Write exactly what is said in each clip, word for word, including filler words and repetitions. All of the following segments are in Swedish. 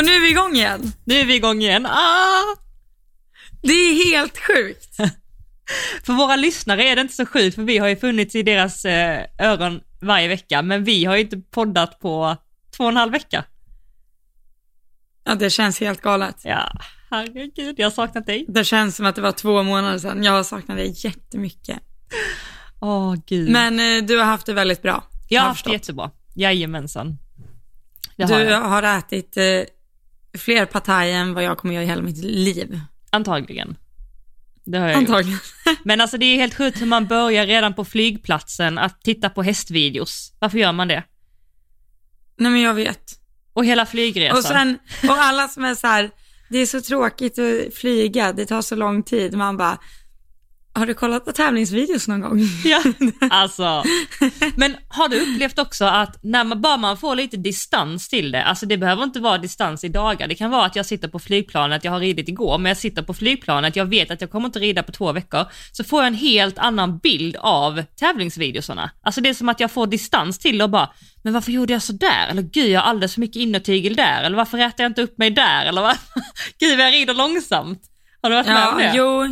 nu är vi igång igen. Nu är vi igång igen. Ah! Det är helt sjukt. För våra lyssnare är det inte så sjukt, för vi har ju funnits i deras eh, öron varje vecka, men vi har ju inte poddat på två och en halv vecka. Ja, det känns helt galet. Ja, herregud, jag har saknat dig. Det känns som att det var två månader sedan. Jag har saknat dig jättemycket. Åh, gud. Men eh, du har haft det väldigt bra. Jag har har haft det jättebra. Jajamensan. Det du har, jag. har ätit eh, fler partaj än vad jag kommer göra i hela mitt liv. Antagligen. Det har jag Antagligen. gjort. Men alltså det är helt sjukt hur man börjar redan på flygplatsen att titta på hästvideos. Varför gör man det? Nej, men jag vet. Och hela flygresan. Och sen, och alla som är så här, det är så tråkigt att flyga, det tar så lång tid. Man bara, har du kollat på tävlingsvideos någon gång? Ja, alltså. Men har du upplevt också att när man bara man får lite distans till det, alltså det behöver inte vara distans i dagar, det kan vara att jag sitter på flygplanet, jag har ridit igår, men jag sitter på flygplanet, jag vet att jag kommer inte rida på två veckor, så får jag en helt annan bild av tävlingsvideosarna. Alltså det är som att jag får distans till och bara, men varför gjorde jag så där? Eller gud, jag har alldeles för mycket innertygel där, eller varför rätar jag inte upp mig där, eller vad? Gud, jag rider långsamt. Har du varit med om det? Jo.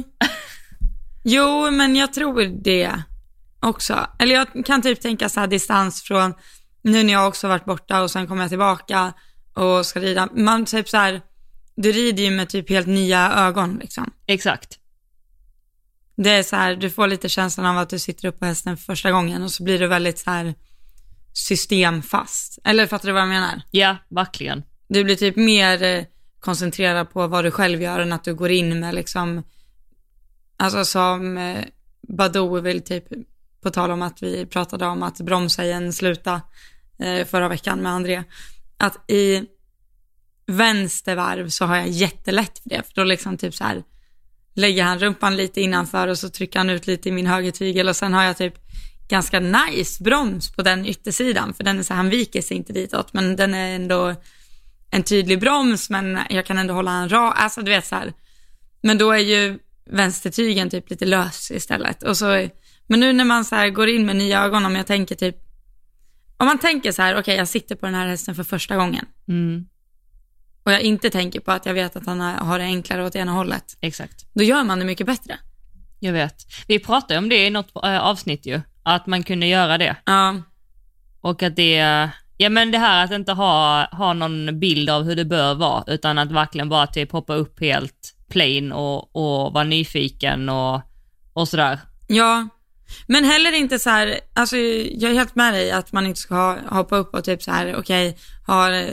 Jo, men jag tror det också. Eller jag kan typ tänka så här distans från nu när jag också varit borta och sen kommer jag tillbaka och ska rida. Man typ så här, du rider ju med typ helt nya ögon liksom. Exakt. Det är så här, du får lite känslan av att du sitter upp på hästen för första gången och så blir du väldigt så här systemfast. Eller fattar du vad jag menar? Ja, verkligen. Du blir typ mer eh, koncentrerad på vad du själv gör än att du går in med liksom. Alltså som eh, Badou vill typ, på tal om att vi pratade om att bromsa i en sluta eh, förra veckan med André, att i vänstervarv så har jag jättelätt för det, för då liksom typ så här lägger han rumpan lite innanför och så trycker han ut lite i min högertygel och sen har jag typ ganska nice broms på den yttersidan, för den är så här, han viker sig inte ditåt, men den är ändå en tydlig broms, men jag kan ändå hålla en rak, alltså du vet så här, men då är ju vänstertygen typ lite lös istället. Och så, men nu när man så här går in med nya ögon, om jag tänker typ, om man tänker så här, okej, okay, jag sitter på den här hästen för första gången. Mm. Och jag inte tänker på att jag vet att han har det enklare åt ena hållet. Exakt. Då gör man det mycket bättre. Jag vet. Vi pratade om det i något äh, avsnitt ju, att man kunde göra det. Ja. Och att det, ja men det här att inte ha, ha någon bild av hur det bör vara, utan att verkligen bara typ hoppa upp helt plain och, och vara nyfiken och, och sådär. Ja, men heller inte så här, alltså jag är helt med dig att man inte ska ha, hoppa upp och typ så här, okej, okay, har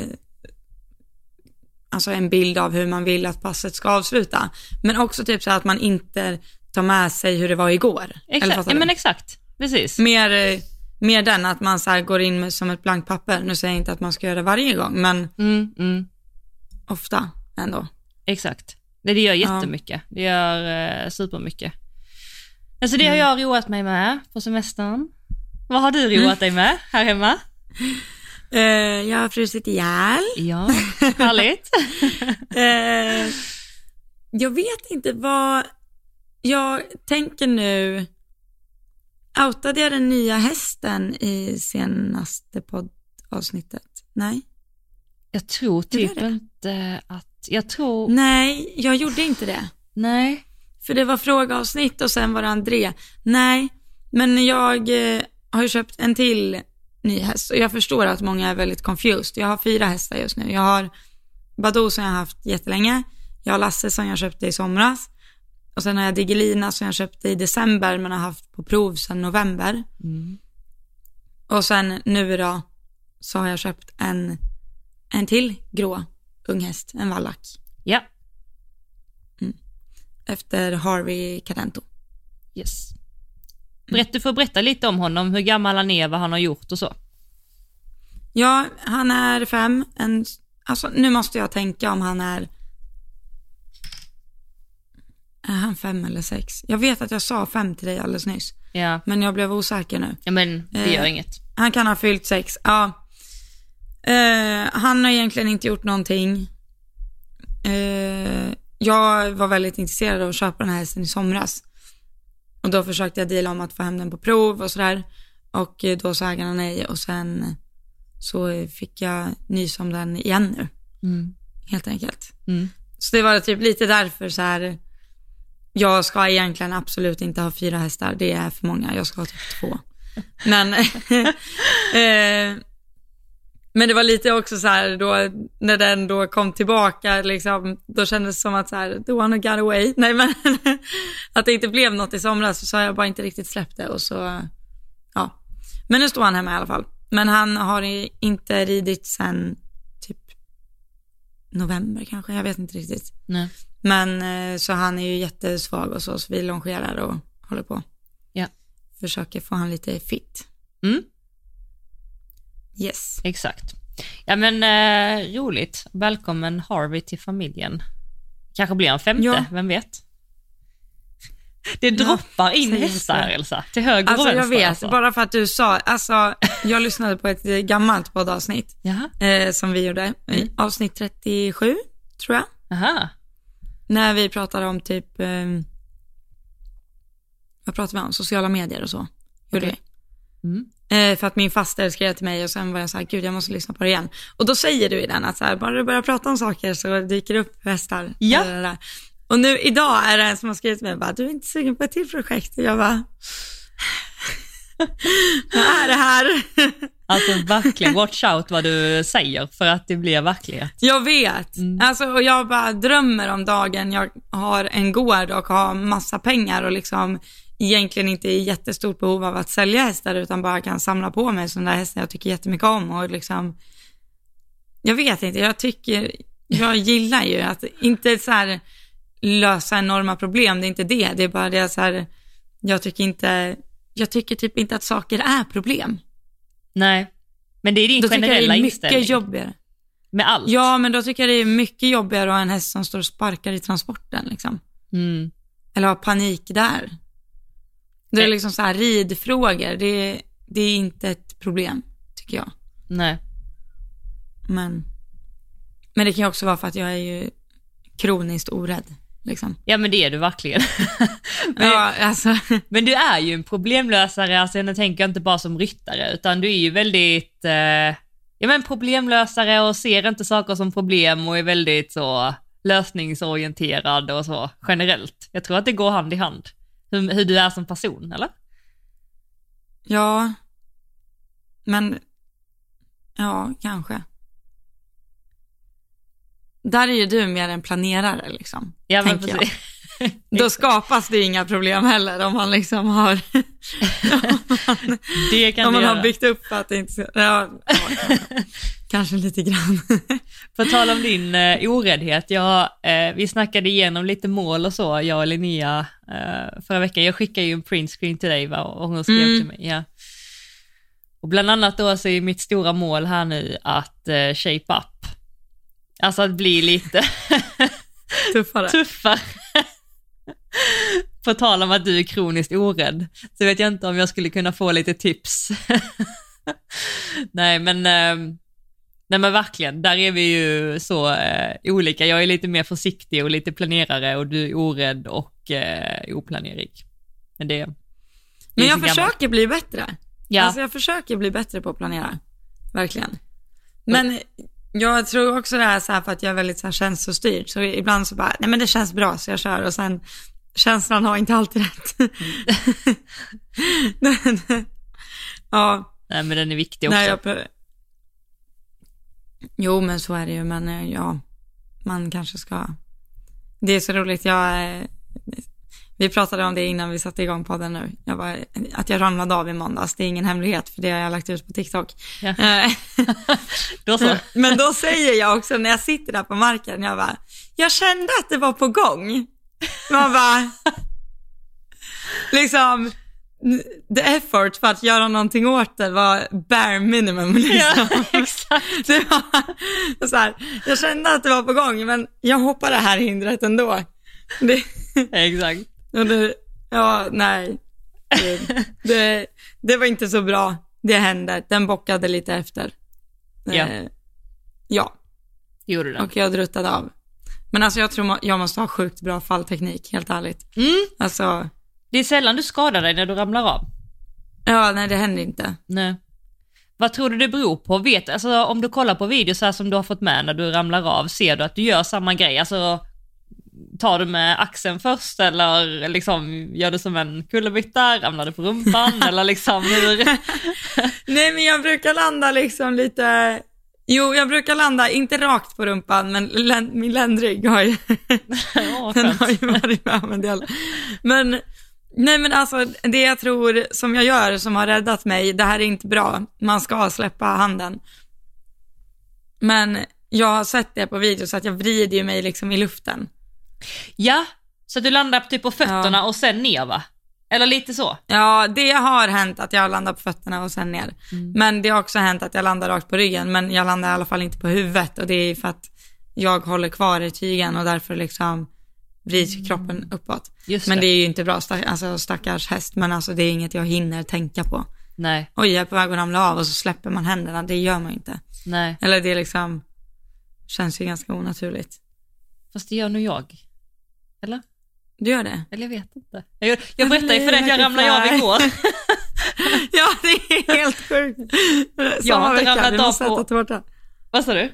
alltså en bild av hur man vill att passet ska avsluta. Men också typ så här att man inte tar med sig hur det var igår. Exakt, ja men exakt, precis. Mer, mer den att man så här går in med som ett blankt papper. Nu säger jag inte att man ska göra det varje gång, men mm, mm. ofta ändå. Exakt. Det, det gör jättemycket. Ja. Det gör eh, supermycket. Alltså det har jag roat mig med på semestern. Vad har du roat mm. dig med här hemma? Uh, jag har frusit ihjäl. Ja, härligt. uh, jag vet inte vad. Jag tänker nu. Outade jag den nya hästen i senaste poddavsnittet? Nej. Jag tror typ inte att jag tror... Nej, jag gjorde inte det. Nej. För det var frågeavsnitt och sen var det André. Nej, men jag eh, har ju köpt en till ny häst. Och jag förstår att många är väldigt confused. Jag har fyra hästar just nu. Jag har Badou som jag har haft jättelänge. Jag har Lasse som jag köpte i somras. Och sen har jag Digelina som jag köpte i december men har haft på prov sedan november. Mm. Och sen nu då så har jag köpt en, en till grå unghäst, en vallack. Ja. Mm. Efter Harvey Cadento. Yes. Berätta, du får berätta lite om honom, hur gammal han är, vad han har gjort och så. Ja, han är fem. En, alltså, nu måste jag tänka om han är... Är han fem eller sex? Jag vet att jag sa fem till dig alldeles nyss. Ja. Men jag blev osäker nu. Ja, men det gör eh, inget. Han kan ha fyllt sex, ja. Eh, han har egentligen inte gjort någonting. Eh, jag var väldigt intresserad av att köpa den här hästen i somras. Och då försökte jag deala om att få hem den på prov och sådär. Och då sa ägarna nej. Och sen så fick jag nys om den igen nu. Mm. helt enkelt. Mm. Så det var typ lite därför så här, jag ska egentligen absolut inte ha fyra hästar, det är för många, jag ska ha typ två. Men eh, men det var lite också så här då, när den då kom tillbaka liksom, då kändes det som att så här, the one who got away. Nej, men att det inte blev något i somras, så har jag bara inte riktigt släppt det, och så ja. Men nu står han hemma i alla fall. Men han har inte ridit sen typ november kanske, jag vet inte riktigt. Nej. Men så han är ju jättesvag och så, så vi longerar och håller på. Ja. Försöker få han lite fit. Mm. Yes. Exakt. Ja, men eh, roligt. Välkommen Harvey till familjen. Kanske blir en femte, ja. Vem vet? Det droppar ja, in hästar här, Elsa. Till höger alltså, och vänster. Jag vet, alltså. bara för att du sa, alltså jag lyssnade på ett gammalt poddavsnitt eh, som vi gjorde. Mm. Avsnitt trettiosju, tror jag. Aha. När vi pratade om typ, eh, vad pratade vi om? Sociala medier och så. Gjorde okay. vi. Mm. Eh, för att min faster skrev till mig och sen var jag så här, gud jag måste lyssna på det igen. Och då säger du i den att så här, bara du börjar prata om saker så dyker det upp hästar. Ja. Där, där. Och nu idag är det en som har skrivit till mig, bara, du är inte sugen på ett till projekt. Och jag bara, vad är det här? Alltså verkligen, watch out vad du säger för att det blir verklighet. Jag vet. Mm. Alltså, och jag bara drömmer om dagen jag har en gård och har massa pengar och liksom egentligen inte är i jättestort behov av att sälja hästar, utan bara kan samla på mig sådana där hästar jag tycker jättemycket om. Och liksom, jag vet inte, jag tycker, jag gillar ju att inte så här lösa enorma problem, det är inte det. Det är bara det så här, jag tycker inte, jag tycker typ inte att saker är problem. Nej, men det är din då generella inställning. Då tycker jag det är mycket jobbigare. Med allt? Ja, men då tycker jag det är mycket jobbigare att ha en häst som står och sparkar i transporten liksom. Mm. Eller ha panik där. Det är liksom så här ridfrågor, det, det är inte ett problem, tycker jag. Nej. Men, men det kan ju också vara för att jag är ju kroniskt orädd. Liksom. Ja, men det är du verkligen. men, ja, alltså. men du är ju en problemlösare, alltså jag tänker inte bara som ryttare, utan du är ju väldigt eh, ja, men problemlösare och ser inte saker som problem och är väldigt så lösningsorienterad och så generellt. Jag tror att det går hand i hand. Hur, hur du är som person, eller? Ja, men ja, kanske. Där är ju du mer en planerare liksom. Ja, men precis. Då skapas det inga problem heller om man liksom har om man, det kan om man göra. har byggt upp att det inte ja, ja, kanske, kanske lite grann. För att tala om din eh, oräddhet, jag, eh, vi snackade igenom lite mål och så, jag och Linnea eh, förra veckan. Jag skickade ju en printscreen till dig, va? Och hon skrev mm. till mig. Ja. Och bland annat då så är mitt stora mål här nu att eh, shape up. Alltså att bli lite tuffare. tuffare. På tal om att du är kroniskt orädd, så vet jag inte om jag skulle kunna få lite tips. Nej, men eh, nej, men verkligen, där är vi ju så eh, olika. Jag är lite mer försiktig och lite planerare, och du är orädd och eh, oplanerig. Men det, det men jag försöker gammalt. bli bättre. Ja. Alltså jag försöker bli bättre på att planera. Verkligen. Men jag tror också det är så här för att jag är väldigt så här känslostyrd. Så ibland så bara, nej men det känns bra så jag kör. Och sen, känslan har inte alltid rätt. Mm. Ja. Nej, men den är viktig också. Nej, jag... Jo, men så är det ju. Men ja, man kanske ska... Det är så roligt. Jag... Vi pratade om det innan vi satte igång podden nu. Jag var... Att jag ramlade av i måndags. Det är ingen hemlighet, för det har jag lagt ut på TikTok. Ja. Då så. Men då säger jag också, när jag sitter där på marken, jag bara, jag kände att det var på gång. Man bara... liksom... The effort för att göra någonting åt det var bare minimum liksom. Ja, exakt. Det var så här, jag kände att det var på gång, men jag hoppar det här hindret ändå. Det, exakt. Och det, ja, nej. Det, det, det var inte så bra. Det hände. Den bockade lite efter. Ja. Eh, ja. Gjorde det. Och jag druttade av. Men alltså jag tror jag måste ha sjukt bra fallteknik, helt ärligt. Mm. Alltså... Det är sällan du skadar dig när du ramlar av. Ja, nej, det händer inte. Nej. Vad tror du det beror på? Vet, alltså, om du kollar på videos här som du har fått med när du ramlar av, ser du att du gör samma grej? Alltså, tar du med axeln först eller liksom gör du som en kullerbytta, ramlar du på rumpan eller liksom hur? Nej, men jag brukar landa liksom lite... Jo, jag brukar landa inte rakt på rumpan, men län, min ländrygg har ju... Åh, den har ju varit med om en del. Men... Nej, men alltså det jag tror som jag gör som har räddat mig, det här är inte bra, man ska släppa handen, men jag har sett det på video så att jag vrider ju mig liksom i luften. Ja, så du landar typ på fötterna ja. och sen ner, va? Eller lite så? Ja, det har hänt att jag landar på fötterna och sen ner. Mm. Men det har också hänt att jag landar rakt på ryggen, men jag landar i alla fall inte på huvudet, och det är för att jag håller kvar i tygen och därför liksom vrids kroppen uppåt. Just men det. det är ju inte bra, stack, alltså stackars häst, men alltså det är inget jag hinner tänka på. Nej. Oj, jag är på väg att ramla av och så släpper man händerna, det gör man inte. Nej. Eller det liksom känns ju ganska onaturligt. Fast det gör nog jag. Eller? Du gör det? Eller jag vet inte. Jag, jag berättade ju för dig att jag ramlade av igår. Ja, det är helt sjukt. Jag har inte ramlat av på... Vad sa du?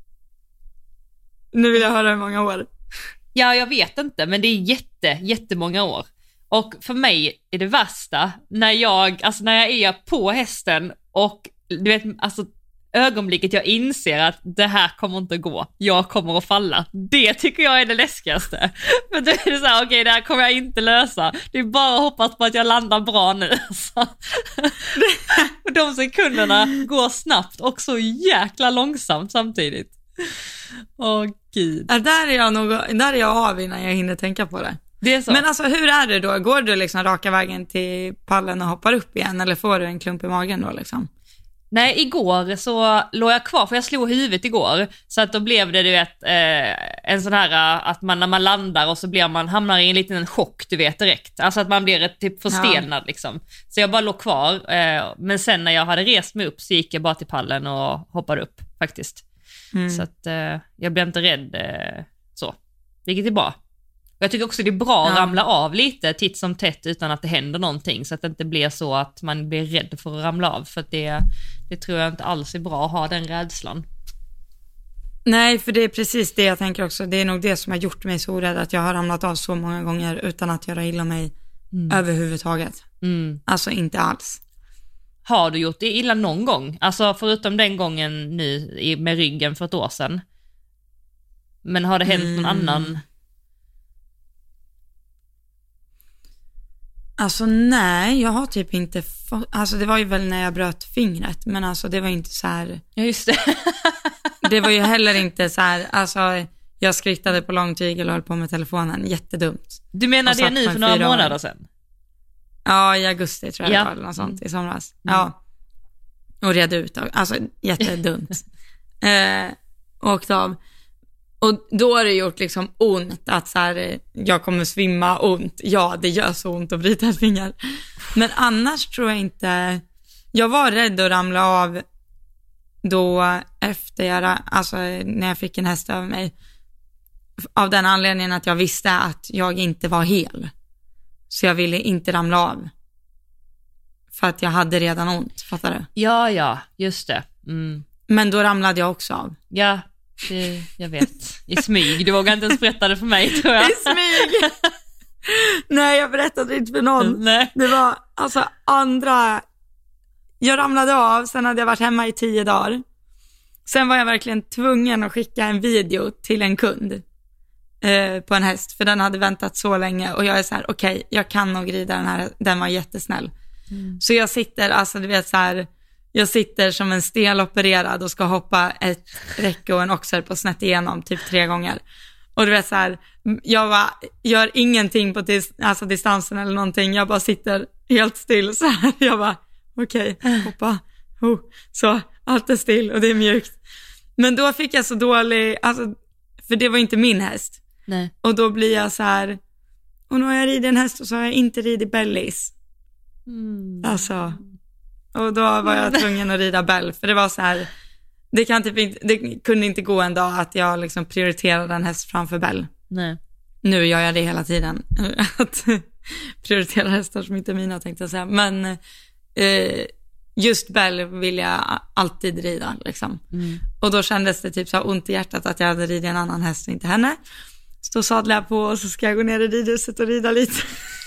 Nu vill jag höra hur många år. Ja, jag vet inte, men det är jätte, jättemånga år. Och för mig är det värsta när jag, alltså när jag är på hästen och du vet, alltså ögonblicket jag inser att det här kommer inte gå, jag kommer att falla. Det tycker jag är det läskigaste. Men då är det så här, okej, okay, det här kommer jag inte lösa. Det är bara att hoppas på att jag landar bra nu. Alltså. De sekunderna går snabbt och så jäkla långsamt samtidigt. Åh gud. Ja, där är jag nog, där är jag av innan jag hinner tänka på det. Det är så. Men alltså hur är det då? Går du liksom raka vägen till pallen och hoppar upp igen, eller får du en klump i magen då liksom? Nej, igår så låg jag kvar, för jag slog huvudet igår, så att då blev det, du vet, eh, en sån här att man när man landar och så blir man, hamnar i en liten chock, du vet, direkt. Alltså att man blir ett typ förstelnad ja. liksom. Så jag bara låg kvar, eh, men sen när jag hade rest mig upp så gick jag bara till pallen och hoppade upp faktiskt. Mm. Så att eh, jag blev inte rädd eh, så. Vilket är bra. Och jag tycker också det är bra ja. att ramla av lite titt som tätt utan att det händer någonting, så att det inte blir så att man blir rädd för att ramla av, för att det, det tror jag inte alls är bra att ha den rädslan. Nej, för det är precis det jag tänker också. Det är nog det som har gjort mig så rädd, att jag har ramlat av så många gånger utan att göra illa mig mm. överhuvudtaget. Mm. Alltså inte alls. Har du gjort det illa någon gång? Alltså förutom den gången nu med ryggen för ett år sedan. Men har det hänt mm. någon annan? Alltså nej, jag har typ inte fått, alltså det var ju väl när jag bröt fingret, men alltså det var inte så här. Ja, just det. Det var ju heller inte så här, alltså jag skriktade på långtyg eller höll på med telefonen, jättedumt. Du menar det nu för några månader år. sedan? Ja, i augusti tror jag ja. det var, eller något sånt, i somras. Mm. Ja, och red ut, alltså jättedumt. eh, åkt av. Och då har det gjort liksom ont att så här, jag kommer svimma, ont. Ja, det gör så ont att bryta ett finger. Men annars tror jag inte... Jag var rädd att ramla av då efter jag, alltså när jag fick en häst över mig. Av den anledningen att jag visste att jag inte var hel. Så jag ville inte ramla av. För att jag hade redan ont, fattar du? Ja, ja, just det. Mm. Men då ramlade jag också av. Ja, det, jag vet. I smyg. Du vågar inte ens berätta det för mig, tror jag. I smyg! Nej, jag berättade inte för någon. Nej. Det var alltså andra... Jag ramlade av, sen hade jag varit hemma i tio dagar. Sen var jag verkligen tvungen att skicka en video till en kund eh, på en häst. För den hade väntat så länge. Och jag är så här, okej, okay, jag kan nog rida den här. Den var jättesnäll. Mm. Så jag sitter, alltså du vet så här... Jag sitter som en stelopererad och ska hoppa ett räcke och en oxer på snett igenom typ tre gånger. Och du vet så här, jag bara gör ingenting på dis- alltså distansen eller någonting. Jag bara sitter helt still så här. Jag bara, okej, okay, hoppa. Oh. Så allt är still och det är mjukt. Men då fick jag så dålig, alltså, för det var inte min häst. Nej. Och då blir jag så här, och nu har jag ridit en häst och så har jag inte ridit bellis. Mm. Alltså... Och då var jag tvungen att rida Bell. För det var så här, det, kan typ, det kunde inte gå en dag att jag liksom prioriterade en häst framför Bell. Nej. Nu gör jag det hela tiden. Att prioritera hästar som inte är mina, tänkte jag säga. Men eh, just Belle vill jag alltid rida liksom. Mm. Och då kändes det typ så ont i hjärtat att jag hade ridit en annan häst och inte henne. Så då sadlade jag på och så ska jag gå ner i ridhuset och rida lite.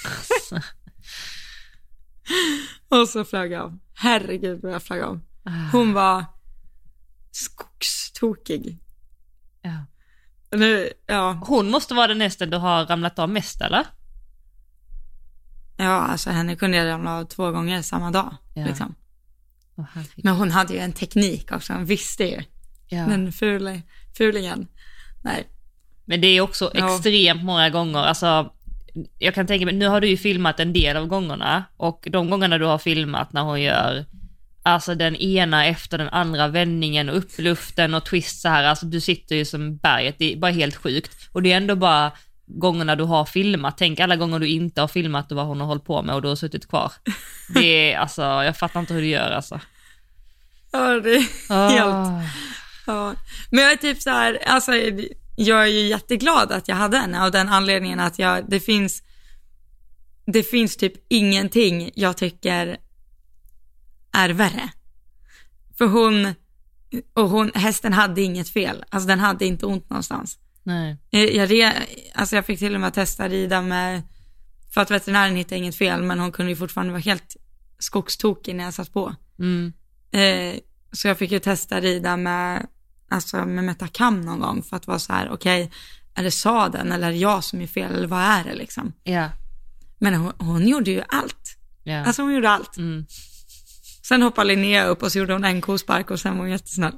Och så flög jag av. Herregud vad jag flög av. Hon var skogstokig. Ja. Nu, ja. Hon måste vara den hästen du har ramlat av mest, eller? Ja, alltså henne kunde jag ramla av två gånger samma dag. Ja. Liksom. Oh, men hon hade ju en teknik också, hon visste ju. Ja. Den ful, fulingen. Nej. Men det är också ja. extremt många gånger, alltså jag kan tänka mig, nu har du ju filmat en del av gångerna och de gångerna du har filmat när hon gör alltså den ena efter den andra vändningen och upp i luften och twist så här, alltså du sitter ju som berget, det är bara helt sjukt och det är ändå bara gångerna du har filmat, tänk alla gånger du inte har filmat och vad hon har hållit på med och du har suttit kvar. Det är alltså, jag fattar inte hur du gör alltså. Ja, det är oh. helt ja. Men jag är typ så här, alltså jag är ju jätteglad att jag hade henne av den anledningen att jag, det finns det finns typ ingenting jag tycker är värre. För hon och hon, hästen hade inget fel. Alltså den hade inte ont någonstans. Nej. Jag, jag, alltså jag fick till och med testa rida med, för att veterinären hittade inget fel, men hon kunde ju fortfarande vara helt skogstokig när jag satt på. Mm. Eh, så jag fick ju testa rida med, alltså med Metacam någon gång för att vara så här, okej, okay, är det sadeln eller är det jag som är fel eller vad är det liksom? Ja. Men hon, hon gjorde ju allt. Ja. Alltså hon gjorde allt. Mm. Sen hoppade Linnea upp och så gjorde hon en kospark och sen var hon jättesnäll.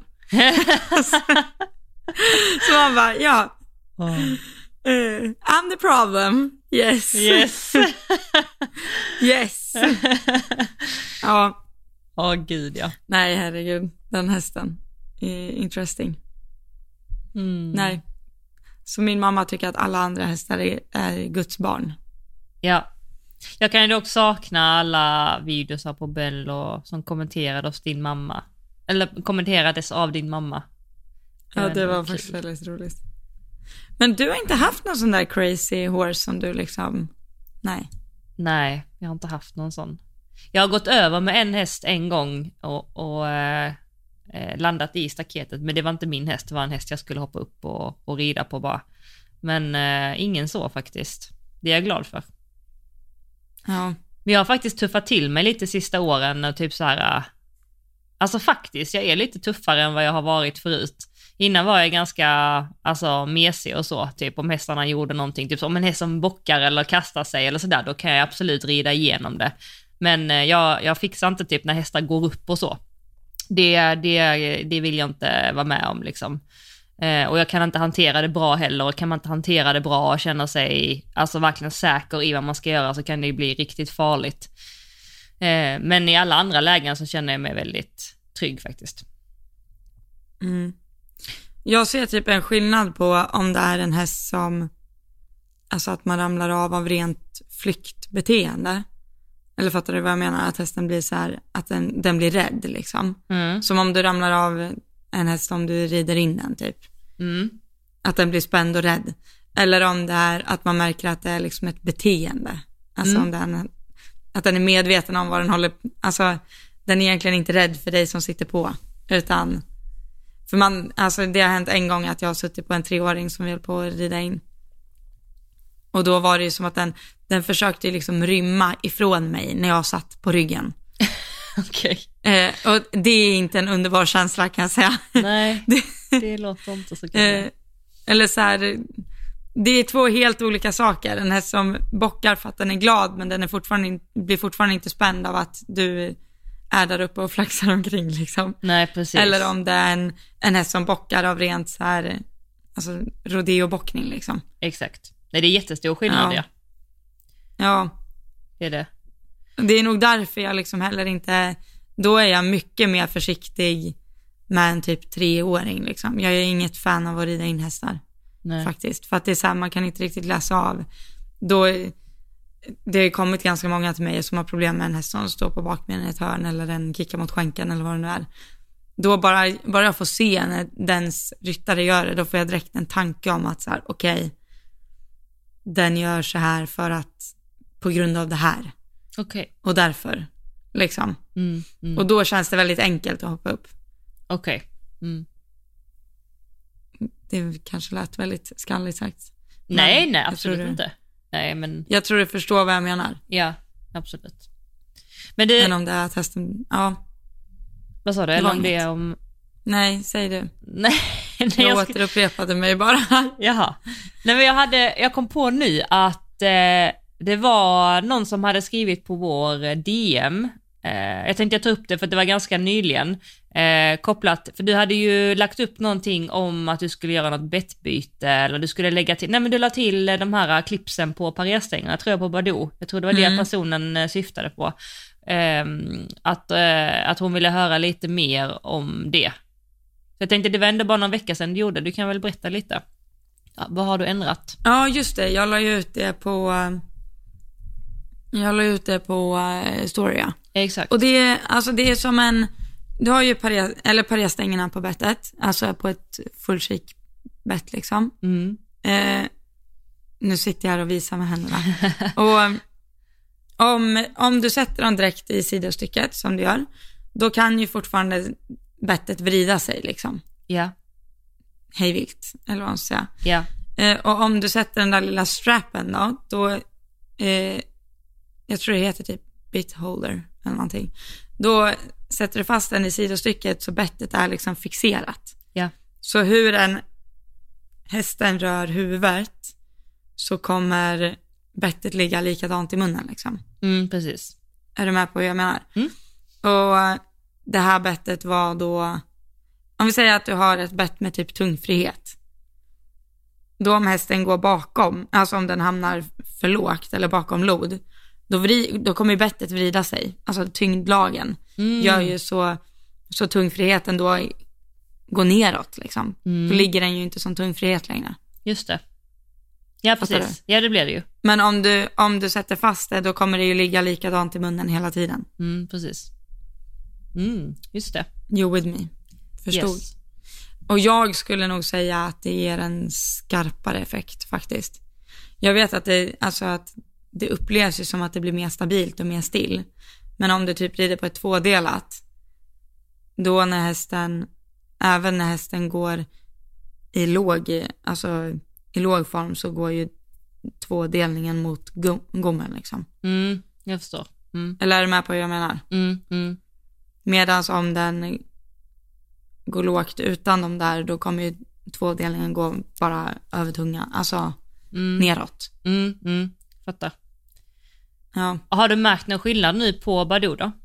Så man bara, ja. Oh. Uh, I'm the problem. Yes. Yes. Yes. Ja. Åh oh, gud, ja. Nej, herregud. Den hästen. Interesting. Mm. Nej. Så min mamma tycker att alla andra hästar är, är Guds barn. Ja. Jag kan ju dock sakna alla videos på Bello som kommenterades din mamma. Eller kommenterades av din mamma. Ja, det var faktiskt väldigt roligt. Men du har inte haft någon sån där crazy horse som du liksom... Nej. Nej, jag har inte haft någon sån. Jag har gått över med en häst en gång och, och eh, landat i staketet. Men det var inte min häst, det var en häst jag skulle hoppa upp och, och rida på bara. Men eh, ingen så faktiskt. Det är jag glad för. Ja. Men jag har faktiskt tuffat till mig lite sista åren och typ så här... Alltså faktiskt, jag är lite tuffare än vad jag har varit förut. Innan var jag ganska alltså, mesig och så, typ om hästarna gjorde någonting, typ så, om en häst som bockar eller kastar sig eller sådär, då kan jag absolut rida igenom det. Men eh, jag, jag fixar inte typ när hästar går upp och så. Det, det, det vill jag inte vara med om liksom. Eh, och jag kan inte hantera det bra heller, och kan man inte hantera det bra och känna sig alltså verkligen säker i vad man ska göra, så kan det bli riktigt farligt. Eh, men i alla andra lägen så känner jag mig väldigt trygg faktiskt. Mm. Jag ser typ en skillnad på om det är en häst som, alltså att man ramlar av av rent flyktbeteende. Eller fattar du vad jag menar? Att hästen blir så här, att den, den blir rädd liksom. Mm. Som om du ramlar av en häst om du rider in den typ. Mm. Att den blir spänd och rädd. Eller om det är att man märker att det är liksom ett beteende. Alltså Mm. om den, att den är medveten om vad den håller, alltså den är egentligen inte rädd för dig som sitter på, utan för man, alltså det har hänt en gång att jag har suttit på en treåring som vill på att rida in. Och då var det ju som att den, den försökte liksom rymma ifrån mig när jag satt på ryggen. Okej. Okay. Eh, och det är inte en underbar känsla kan jag säga. Nej, det, det låter inte så kul. Eh, eller så här, det är två helt olika saker. Den här som bockar för att den är glad, men den är fortfarande, blir fortfarande inte spänd av att du är där uppe och flaxar omkring liksom. Nej, precis. Eller om det är en, en häst som bockar av rent så här, alltså rodeo-bockning liksom. Exakt. Nej, det är jättestor skillnad, ja. Ja. Ja. Det är det. Det är nog därför jag liksom heller inte, då är jag mycket mer försiktig med en typ treåring liksom. Jag är inget fan av att rida in hästar. Nej. Faktiskt. För att det är så här, man kan inte riktigt läsa av. Då, det har kommit ganska många till mig som har problem med en häst som står på bakbenen i ett hörn eller en kickar mot skänken eller vad det nu är. Då bara, bara jag får se när dens ryttare gör det, då får jag direkt en tanke om att så här, okej, okay, den gör så här för att, på grund av det här. Okej. Okay. Och därför liksom. Mm, mm. Och då känns det väldigt enkelt att hoppa upp. Okej. Okay. Mm. Det kanske lät väldigt skalligt sagt. Nej, nej, absolut du, inte. Nej, men... Jag tror du förstår vad jag menar. Ja, absolut. Men, det... men om det är testen, ja. Vad sa du? Eller om det är om... Nej, säg du. Nej, nej, jag, jag återupprepade mig bara. Jaha. Nej, men jag, hade, jag kom på nu att eh, det var någon som hade skrivit på vår D M. Eh, jag tänkte jag ta upp det för det var ganska nyligen. Eh, kopplat, för du hade ju lagt upp någonting om att du skulle göra något bettbyte eller du skulle lägga till, nej men du la till de här klippsen på parerstängerna, tror jag, på Badoo. Jag tror det var mm. det personen eh, syftade på. Eh, att, eh, att hon ville höra lite mer om det. Så jag tänkte det var ändå bara någon vecka sedan du gjorde, du kan väl berätta lite. Ja, vad har du ändrat? Ja just det, jag la ju ut det på jag la ut det på uh, Storia. Exakt. Och det är, alltså det är som en, du har ju pare, eller parestängerna på bettet, alltså på ett fullkik bett liksom. Mm. Eh, nu sitter jag här och visar med händerna. Och om, om du sätter dem direkt i sidostycket som du gör, då kan ju fortfarande bettet vrida sig liksom. Ja. Yeah. Hejvilt, eller vad man ska säga. Ja. Yeah. Eh, och om du sätter den där lilla strappen då, då eh, jag tror det heter typ bit holder eller någonting. Då sätter du fast den i sidostycket så bettet är liksom fixerat. Ja. Så hur en hästen rör huvudet så kommer bettet ligga likadant i munnen liksom. Mm, precis. Är du med på vad jag menar? Mm. Och det här bettet var då, om vi säger att du har ett bett med typ tungfrihet. Då om hästen går bakom, alltså om den hamnar för lågt eller bakom lod, då, vri, då kommer ju bettet vrida sig. Alltså tyngdlagen mm. gör ju så, så tungfriheten då går neråt liksom. Mm. Då ligger den ju inte som tungfrihet längre. Just det. Ja, precis. Ja, det blir det ju. Men om du, om du sätter fast det, då kommer det ju ligga likadant i munnen hela tiden. Mm, precis. Mm, just det. You with me. Förstod. Yes. Och jag skulle nog säga att det ger en skarpare effekt faktiskt. Jag vet att det, alltså att det upplevs ju som att det blir mer stabilt och mer still. Men om du typ rider på ett tvådelat, då när hästen, även när hästen går i låg, alltså i låg form, så går ju tvådelningen mot gommen liksom. Mm, jag förstår. Mm. Eller är du med på vad jag menar? Mm, mm. Medan om den går lågt utan de där, då kommer ju tvådelningen gå bara över tunga, alltså mm. neråt. Mm, mm. Fattar. Ja. Har du märkt någon skillnad nu på Badoo då?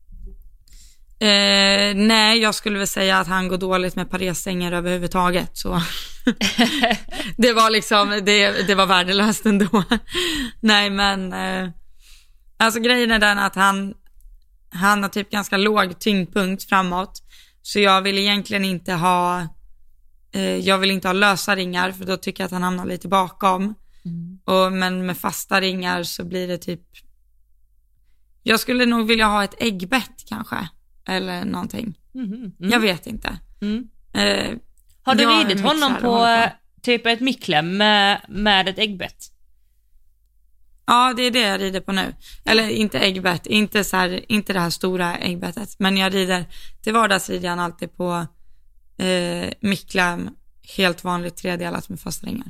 Eh, nej, jag skulle väl säga att han går dåligt med parestängar överhuvudtaget. Så det var liksom, det, det var värdelöst ändå. Nej, men eh, alltså grejen är den att han, han har typ ganska låg tyngdpunkt framåt. Så jag vill egentligen inte ha, eh, jag vill inte ha lösa ringar, för då tycker jag att han hamnar lite bakom. Mm. Och, men med fasta ringar så blir det typ, jag skulle nog vilja ha ett äggbett kanske. Eller någonting. Mm, mm. Jag vet inte. Mm. Eh, har du ridit honom på, på typ ett mikklem med, med ett äggbett? Ja, det är det jag rider på nu. Eller inte äggbett, inte, så här, inte det här stora äggbettet. Men jag rider, till vardags rider jag alltid på eh, mikklem, helt vanligt tredelat med fasta ringar.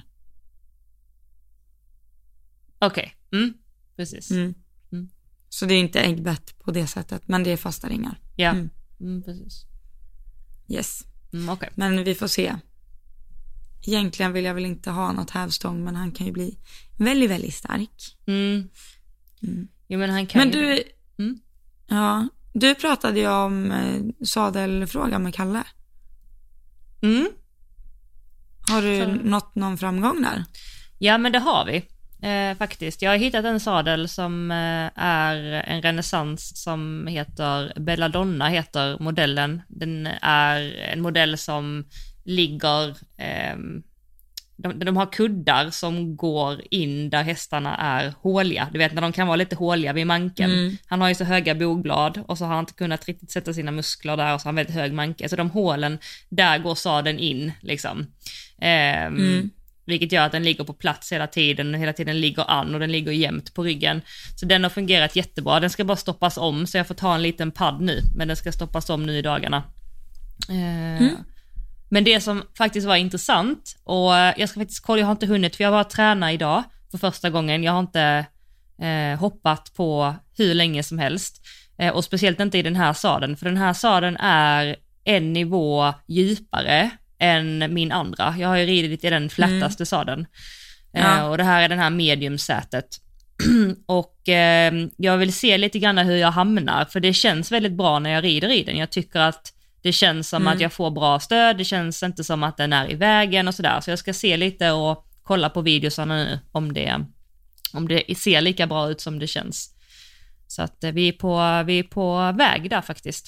Okej, okay. mm. precis. Mm. Mm. Så det är inte äggbett på det sättet, men det är fasta ringar. Ja, mm. Mm, precis. Yes. Mm, okay. Men vi får se. Egentligen vill jag väl inte ha något hävstång, men han kan ju bli väldigt, väldigt stark. Mm. Mm. Jo, men han kan men ju du, det. Mm. Ja, du pratade ju om eh, sadelfrågan med Kalle. Mm. Har du Så. nått någon framgång där? Ja, men det har vi. Eh, faktiskt. Jag har hittat en sadel som eh, är en renässans som heter Belladonna, heter modellen. Den är en modell som ligger, eh, de, de har kuddar som går in där hästarna är håliga. Du vet när de kan vara lite håliga vid manken. Mm. Han har ju så höga bogblad och så har han inte kunnat riktigt sätta sina muskler där och så har han väldigt hög manke. Så de hålen, där går sadeln in liksom. Eh, mm. vilket gör att den ligger på plats hela tiden och hela tiden ligger an och den ligger jämnt på ryggen. Så den har fungerat jättebra. Den ska bara stoppas om, så jag får ta en liten padd nu, men den ska stoppas om nu i dagarna. Eh, mm. Men det som faktiskt var intressant, och jag ska faktiskt kolla, jag har inte hunnit för jag var träna idag för första gången. Jag har inte eh, hoppat på hur länge som helst. Eh, och speciellt inte i den här sadeln, för den här sadeln är en nivå djupare än min andra. Jag har ju ridit i den flättaste mm. sadeln. Ja. Eh, och det här är den här mediumsätet. Och eh, jag vill se lite grann hur jag hamnar, för det känns väldigt bra när jag rider i den. Jag tycker att det känns som mm. att jag får bra stöd. Det känns inte som att den är i vägen och sådär. Så jag ska se lite och kolla på videosarna nu om det, om det ser lika bra ut som det känns. Så att vi är på, vi är på väg där faktiskt.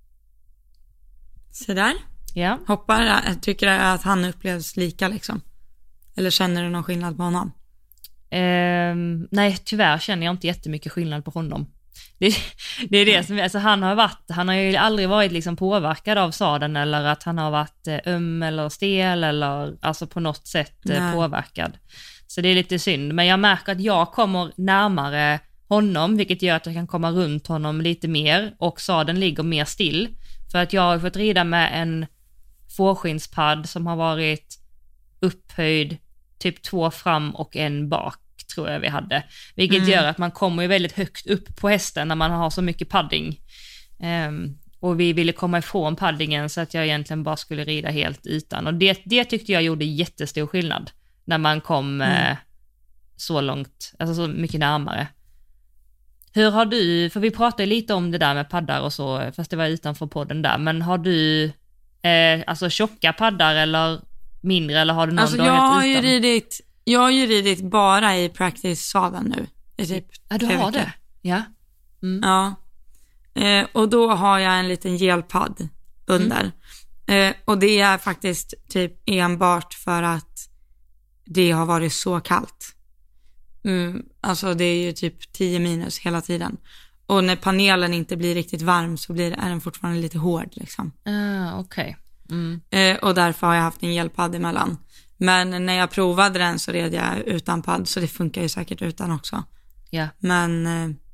Så där. Ja. Hoppar, tycker du att han upplevs lika liksom? Eller känner du någon skillnad på honom? Eh, nej, tyvärr känner jag inte jättemycket skillnad på honom. Det, det är det nej. som alltså han har varit, han har ju aldrig varit liksom påverkad av sadeln, eller att han har varit öm eller stel eller alltså på något sätt nej. påverkad. Så det är lite synd, men jag märker att jag kommer närmare honom, vilket gör att jag kan komma runt honom lite mer, och sadeln ligger mer still. För att jag har fått rida med en fårskinnspadd som har varit upphöjd typ två fram och en bak, tror jag vi hade. Vilket mm. gör att man kommer ju väldigt högt upp på hästen när man har så mycket padding. Um, och vi ville komma ifrån paddingen så att jag egentligen bara skulle rida helt utan. Och det, det tyckte jag gjorde jättestor skillnad när man kom mm. uh, så långt, alltså så mycket närmare. Hur har du, för vi pratade lite om det där med paddar och så, fast det var utanför podden där, men har du eh, alltså tjocka paddar eller mindre, eller har du någon alltså, dag jag helt har utan? Ju ridit, jag har ju ridit bara i practice-sadeln nu. I typ ja, du har det? Ja. Mm. Ja. Eh, och då har jag en liten gelpadd under. Mm. Eh, och det är faktiskt typ enbart för att det har varit så kallt. Mm, alltså det är ju typ tio minus hela tiden. Och när panelen inte blir riktigt varm så blir, är den fortfarande lite hård liksom. Ah, okej. Okay. Mm. Eh, och därför har jag haft en gelpadd emellan. Men när jag provade den så red jag utan padd, så det funkar ju säkert utan också. Ja. Men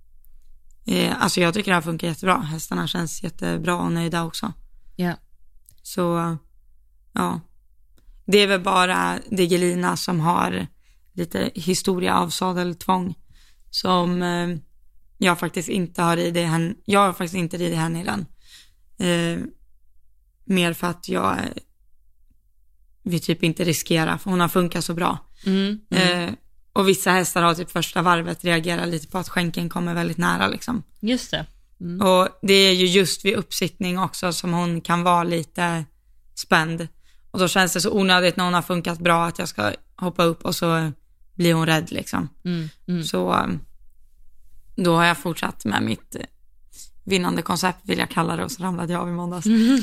eh, alltså jag tycker det här funkar jättebra. Hästarna känns jättebra och nöjda också. Ja. Så ja. Det är väl bara Digelina som har lite historia av sadeltvång som eh, jag faktiskt inte har ridit henne. Jag har faktiskt inte ridit henne i den. Eh, mer för att jag vill typ inte riskera, för hon har funkat så bra. Mm, mm. Eh, och vissa hästar har typ första varvet reagerar lite på att skänken kommer väldigt nära liksom. Just det. Mm. Och det är ju just vid uppsittning också som hon kan vara lite spänd. Och då känns det så onödigt när hon har funkat bra att jag ska hoppa upp och så blir hon rädd liksom. Mm, mm. Så då har jag fortsatt med mitt vinnande koncept, vill jag kalla det, och så ramlade jag av i måndags. Mm.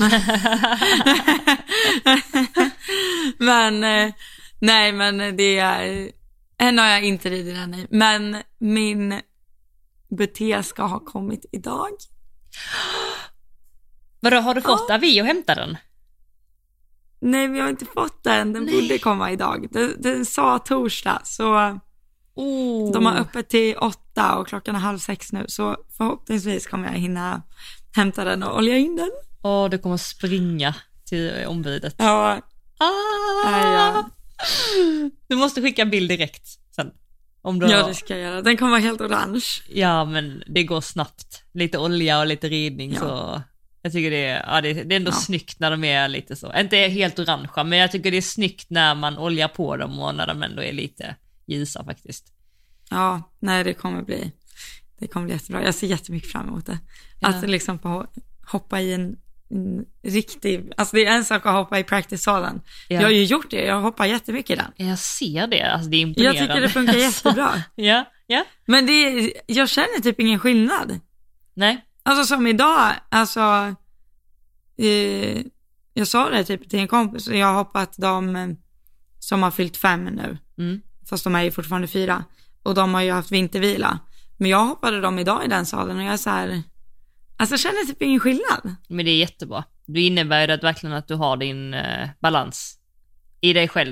men nej, men det är än har jag inte ridit den i. Men min buté ska ha kommit idag. Vadå, har du fått ja. Avi och hämta den? Nej, vi har inte fått den. Den Nej. borde komma idag. Den, den sa torsdag, så oh. de har öppet till åtta och klockan är halv sex nu. Så förhoppningsvis kommer jag hinna hämta den och olja in den. Åh, oh, du kommer springa till ombudet. Ja. Ah. Nej, ja. Du måste skicka en bild direkt sen. Om du ja, har... det ska jag göra. Den kommer vara helt orange. Ja, men det går snabbt. Lite olja och lite ridning ja. Så... Jag tycker det är, ja, det är, det är ändå ja. snyggt när de är lite så. Inte helt orangea, men jag tycker det är snyggt när man oljar på dem och när de ändå är lite ljusa faktiskt. Ja, nej, det kommer bli det kommer bli jättebra. Jag ser jättemycket fram emot det. Ja. Att liksom få hoppa i en, en riktig, alltså det är en sak att hoppa i practice-salen. Ja. Jag har ju gjort det, jag hoppar jättemycket i den. Jag ser det, alltså det är imponerande. Jag tycker det funkar jättebra. ja, ja. Men det, jag känner typ ingen skillnad. Nej. Alltså som idag, alltså eh, jag sa det typ till en kompis, jag har hoppat de som har fyllt fem nu, mm. fast de är ju fortfarande fyra, och de har ju haft vintervila, men jag hoppade dem idag i den salen och jag är så här, alltså jag känner typ ingen skillnad. Men det är jättebra, det innebär ju att verkligen att du har din eh, balans i dig själv.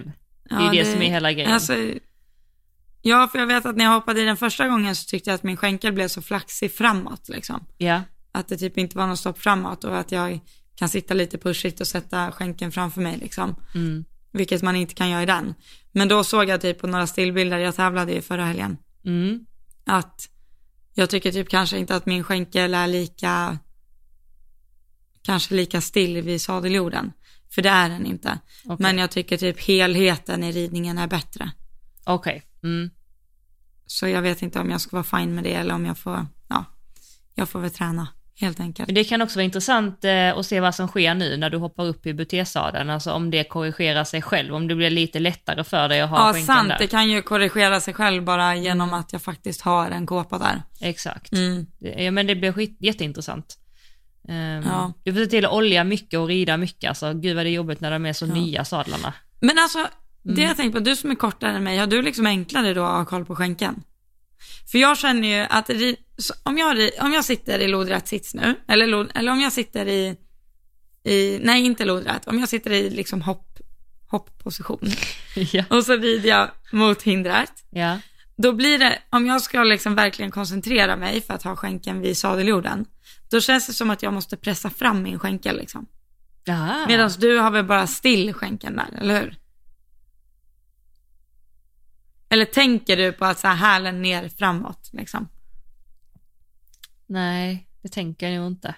Det är ja, det, det som är hela grejen. Alltså, ja, för jag vet att när jag hoppade i den första gången så tyckte jag att min skänkel blev så flaxig framåt liksom. Ja. Att det typ inte var någon stopp framåt och att jag kan sitta lite pushigt och sätta skänkeln framför mig liksom. Mm. Vilket man inte kan göra i den. Men då såg jag typ på några stillbilder jag tävlade i förra helgen. Mm. Att jag tycker typ kanske inte att min skänkel är lika kanske lika still vid sadeljorden. För det är den inte. Okay. Men jag tycker typ helheten i ridningen är bättre. Okej. Okay. Mm. Så jag vet inte om jag ska vara fine med det eller om jag får, ja, jag får väl träna helt enkelt. Men det kan också vara intressant eh, att se vad som sker nu när du hoppar upp i butésadeln. Alltså om det korrigerar sig själv, om det blir lite lättare för dig att ha ja, skänkeln sant, där. Det kan ju korrigera sig själv bara genom att jag faktiskt har en kåpa där. Exakt. Mm. Det, ja, men det blir skit, jätteintressant. Um, ja. Du får se till att olja mycket och rida mycket. Alltså, gud vad det är jobbigt när de är så ja. nya sadlarna. Men alltså, det mm. jag tänker på, du som är kortare än mig, har du liksom enklare då att ha koll på skänken? För jag känner ju att om jag, om jag sitter i lodrätt sits nu, eller, lod, eller om jag sitter i, i, nej inte lodrätt, om jag sitter i liksom hopp, hoppposition ja. och så rider jag mot hindret, ja. då blir det, om jag ska liksom verkligen koncentrera mig för att ha skänken vid sadeljorden, då känns det som att jag måste pressa fram min skänkel liksom. Medan du har väl bara still skänken där, eller hur? Eller tänker du på att så här hälen ner framåt liksom? Nej, det tänker jag nog inte.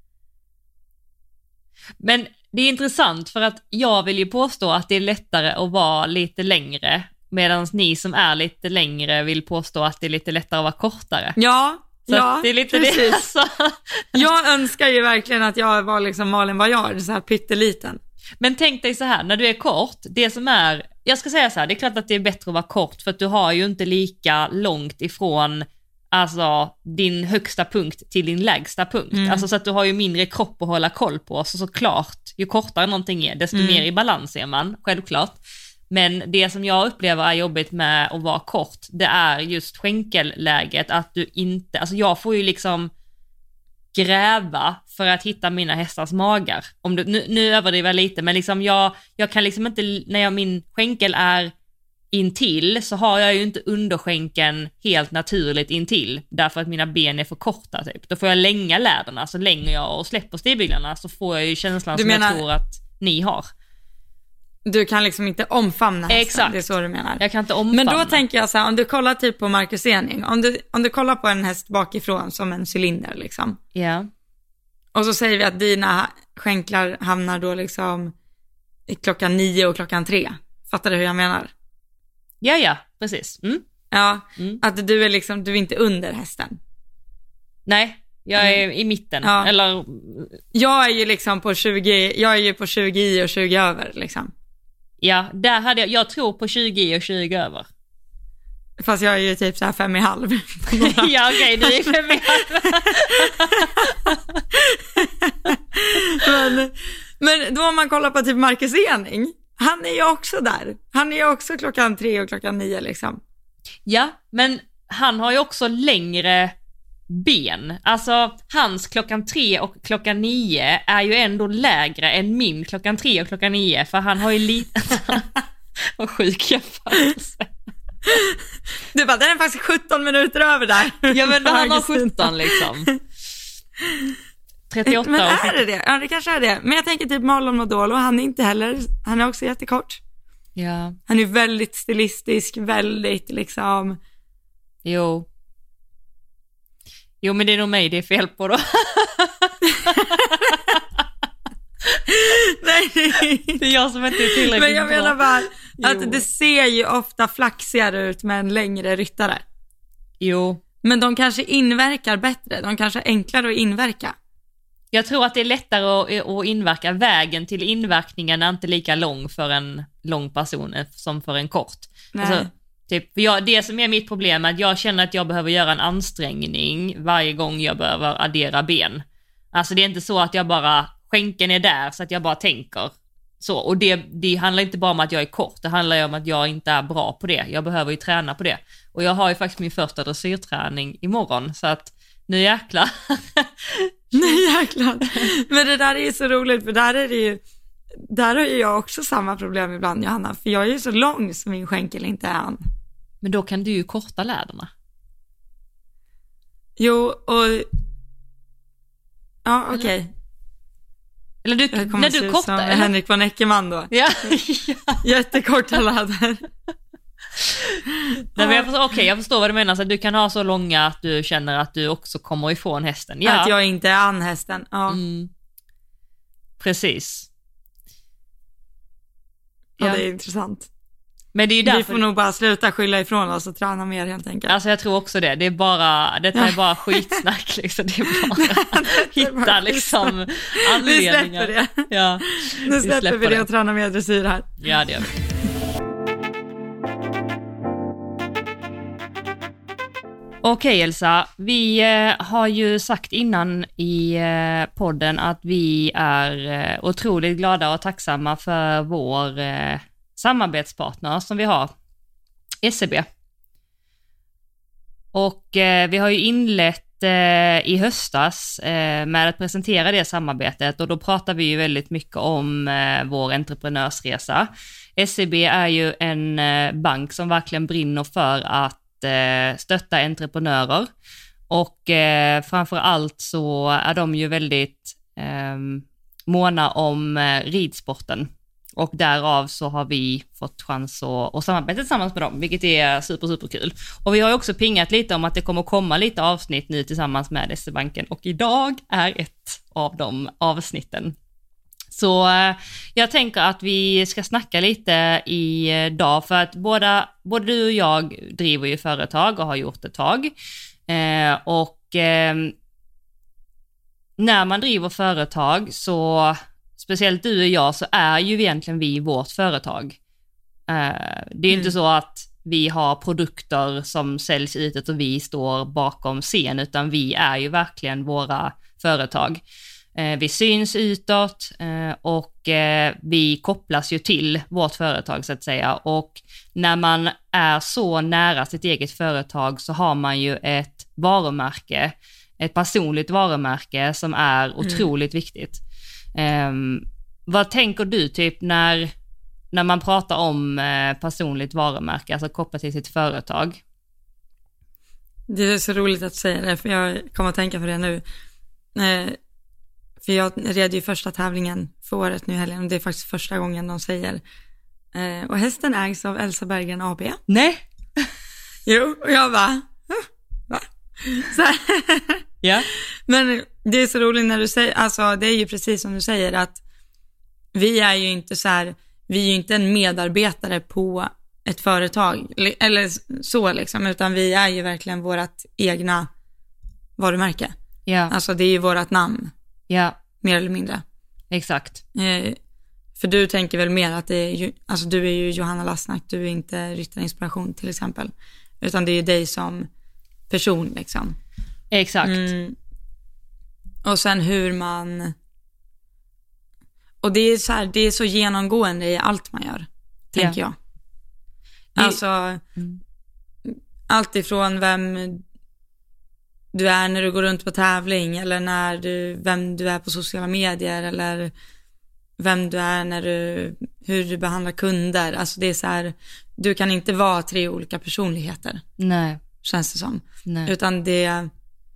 Men det är intressant för att jag vill ju påstå att det är lättare att vara lite längre, medan ni som är lite längre vill påstå att det är lite lättare att vara kortare. Ja, så ja, det är lite precis. Det, alltså. Jag önskar ju verkligen att jag var liksom Malin Baryard, så här pytteliten. Men tänk dig så här, när du är kort, det som är, jag ska säga så här, det är klart att det är bättre att vara kort för att du har ju inte lika långt ifrån alltså din högsta punkt till din lägsta punkt. Mm. Alltså så att du har ju mindre kropp att hålla koll på, så såklart, ju kortare någonting är, desto mm. mer i balans är man, självklart. Men det som jag upplever är jobbigt med att vara kort, det är just skänkelläget, att du inte, alltså jag får ju liksom gräva för att hitta mina hästars magar. Om du, nu, nu överdriver jag lite, men liksom jag, jag kan liksom inte, när jag, min skänkel är intill, så har jag ju inte underskänken helt naturligt intill, därför att mina ben är för korta typ. Då får jag länga läderna, så länger jag och släpper stigbyglarna så får jag ju känslan du som menar, jag tror att ni har. Du kan liksom inte omfamna hästen. Exakt. Det är så du menar. Jag kan inte omfamna. Men då tänker jag så här, om du kollar typ på Marcus Ening, om du, om du kollar på en häst bakifrån som en cylinder liksom. Ja. Yeah. Och så säger vi att dina skänklar hamnar då liksom i klockan nio och klockan tre. Fattar du hur jag menar? Ja, ja, precis. Mm. Ja, mm. att du är liksom, du är inte under hästen. Nej, jag är mm. i mitten. Ja. Eller... Jag är ju liksom på tjugo, jag är ju på tjugo i och tjugo över liksom. Ja, där hade jag, jag tror på tjugo i och tjugo över. Fast jag är ju typ så här fem i halv. Ja, okej, okay, du är fem i halv. men, men då om man kollar på typ Marcus Ening, han är ju också där. Han är ju också klockan tre och klockan nio liksom. Ja, men han har ju också längre ben. Alltså hans klockan tre och klockan nio är ju ändå lägre än min klockan tre och klockan nio, för han har ju lite... Vad sjuk jag fanns. Du bara, den är faktiskt sjutton minuter över där. Ja, men han har sjutton liksom. trettioåtta. Men är det det? Ja, det kanske är det. Men jag tänker typ Marlon Modolo, han är inte heller, han är också jättekort. Ja. Han är väldigt stilistisk, väldigt liksom... Jo. Jo, men det är nog mig det är fel på då. Nej, det är jag som inte är tillräckligt bra. Men jag menar bara att jo. Det ser ju ofta flaxigare ut med en längre ryttare. Jo. Men de kanske inverkar bättre. De kanske är enklare att inverka. Jag tror att det är lättare att, att inverka. Vägen till inverkningen är inte lika lång för en lång person som för en kort. Nej. Alltså, typ, jag, det som är mitt problem är att jag känner att jag behöver göra en ansträngning varje gång jag behöver addera ben. Alltså det är inte så att jag bara, skänken är där så att jag bara tänker så. Och det, det handlar inte bara om att jag är kort, det handlar ju om att jag inte är bra på det. Jag behöver ju träna på det. Och jag har ju faktiskt min första dressyrträning imorgon, så att nu jäklar. Nu jäklar. Men det där är ju så roligt, för där är det ju där har ju jag också samma problem ibland, Johanna. För jag är ju så lång som min skänkel inte är än. Men då kan du ju korta läderna. Jo, och... Ja, okej. Okay. Eller du, jag när du kortar... Som Henrik von Eckermann då. Ja. Jättekorta läder. Nej, men jag förstår, okay, jag förstår vad du menar. Så du kan ha så långa att du känner att du också kommer ifrån hästen. Ja. Att jag inte är an hästen. Ja. Mm. Precis. Ja, ja, det är intressant. Men det är ju därför... Vi får nog bara sluta skylla ifrån oss och träna mer helt enkelt. Alltså jag tror också det. Det är bara, detta är bara skitsnack liksom. Det är bara att hitta liksom anledningar. Vi släpper det. Ja, nu släpper vi, släpper vi det och tränar mer dressyr här. Ja, det gör vi. Okej Elsa, vi eh, har ju sagt innan i eh, podden att vi är eh, otroligt glada och tacksamma för vår eh, samarbetspartner som vi har, S C B. Och eh, vi har ju inlett eh, i höstas eh, med att presentera det samarbetet, och då pratar vi ju väldigt mycket om eh, vår entreprenörsresa. S C B är ju en eh, bank som verkligen brinner för att stötta entreprenörer, och eh, framför allt så är de ju väldigt eh, måna om eh, ridsporten, och därav så har vi fått chans att, att samarbeta tillsammans med dem, vilket är super super kul. Och vi har ju också pingat lite om att det kommer komma lite avsnitt nu tillsammans med S E-banken, och idag är ett av de avsnitten. Så eh, jag tänker att vi ska snacka lite idag, för att båda, både du och jag driver ju företag och har gjort ett tag. Eh, och eh, när man driver företag, så speciellt du och jag, så är ju egentligen vi vårt företag. Eh, det är ju mm. inte så att vi har produkter som säljs utåt och vi står bakom scen, utan vi är ju verkligen våra företag. Eh, vi syns utåt eh, och eh, vi kopplas ju till vårt företag så att säga, och när man är så nära sitt eget företag så har man ju ett varumärke, ett personligt varumärke som är mm. otroligt viktigt. Eh, vad tänker du typ när, när man pratar om eh, personligt varumärke, alltså kopplat till sitt företag? Det är så roligt att säga det, för jag kommer att tänka på det nu. Eh, För jag red ju första tävlingen för året nu i helgen, och det är faktiskt första gången de säger. Eh, och hästen ägs av Elsa Berggren A B. Nej. Jo, och jag bara, va? Så här. Ja. Men det är så roligt när du säger, alltså det är ju precis som du säger, att vi är ju inte så här, vi är ju inte en medarbetare på ett företag, eller så liksom, utan vi är ju verkligen vårat egna varumärke. Ja. Alltså det är ju vårat namn. Ja. Mer eller mindre. Exakt. Eh, för du tänker väl mer att det är ju, alltså du är ju Johanna Lassnack, du är inte Ryttarinspiration till exempel, utan det är ju dig som person liksom. Exakt. Mm. Och sen hur man, och det är så här, det är så genomgående i allt man gör, tänker ja. jag. Alltså mm. allt ifrån vem du är när du går runt på tävling, eller när du, vem du är på sociala medier, eller vem du är när du, hur du behandlar kunder. Alltså det är så här, du kan inte vara tre olika personligheter. Nej. Känns det som. Nej. Utan det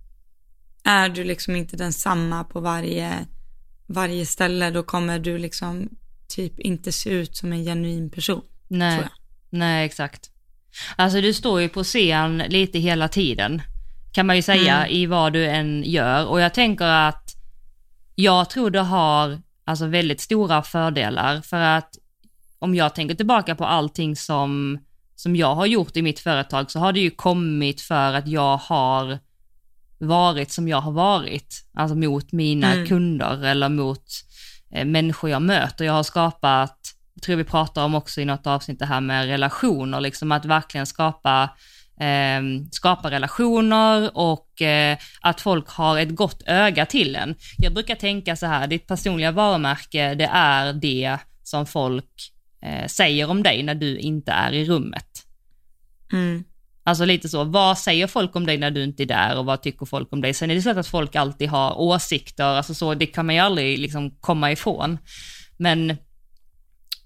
är du liksom inte den samma på varje, varje ställe, då kommer du liksom typ inte se ut som en genuin person. Nej. Tror jag. Nej, exakt. Alltså du står ju på scen lite hela tiden, kan man ju säga, mm. i vad du än gör. Och jag tänker att jag tror det har alltså väldigt stora fördelar, för att om jag tänker tillbaka på allting som, som jag har gjort i mitt företag, så har det ju kommit för att jag har varit som jag har varit, alltså mot mina mm. kunder eller mot eh, människor jag möter. Jag har skapat, jag tror vi pratar om också i något avsnitt det här med relationer, liksom att verkligen skapa Eh, skapa relationer, och eh, att folk har ett gott öga till en. Jag brukar tänka så här, ditt personliga varumärke, det är det som folk eh, säger om dig när du inte är i rummet. Mm. Alltså lite så, vad säger folk om dig när du inte är där, och vad tycker folk om dig? Sen är det så att folk alltid har åsikter, alltså så, det kan man ju aldrig liksom komma ifrån. Men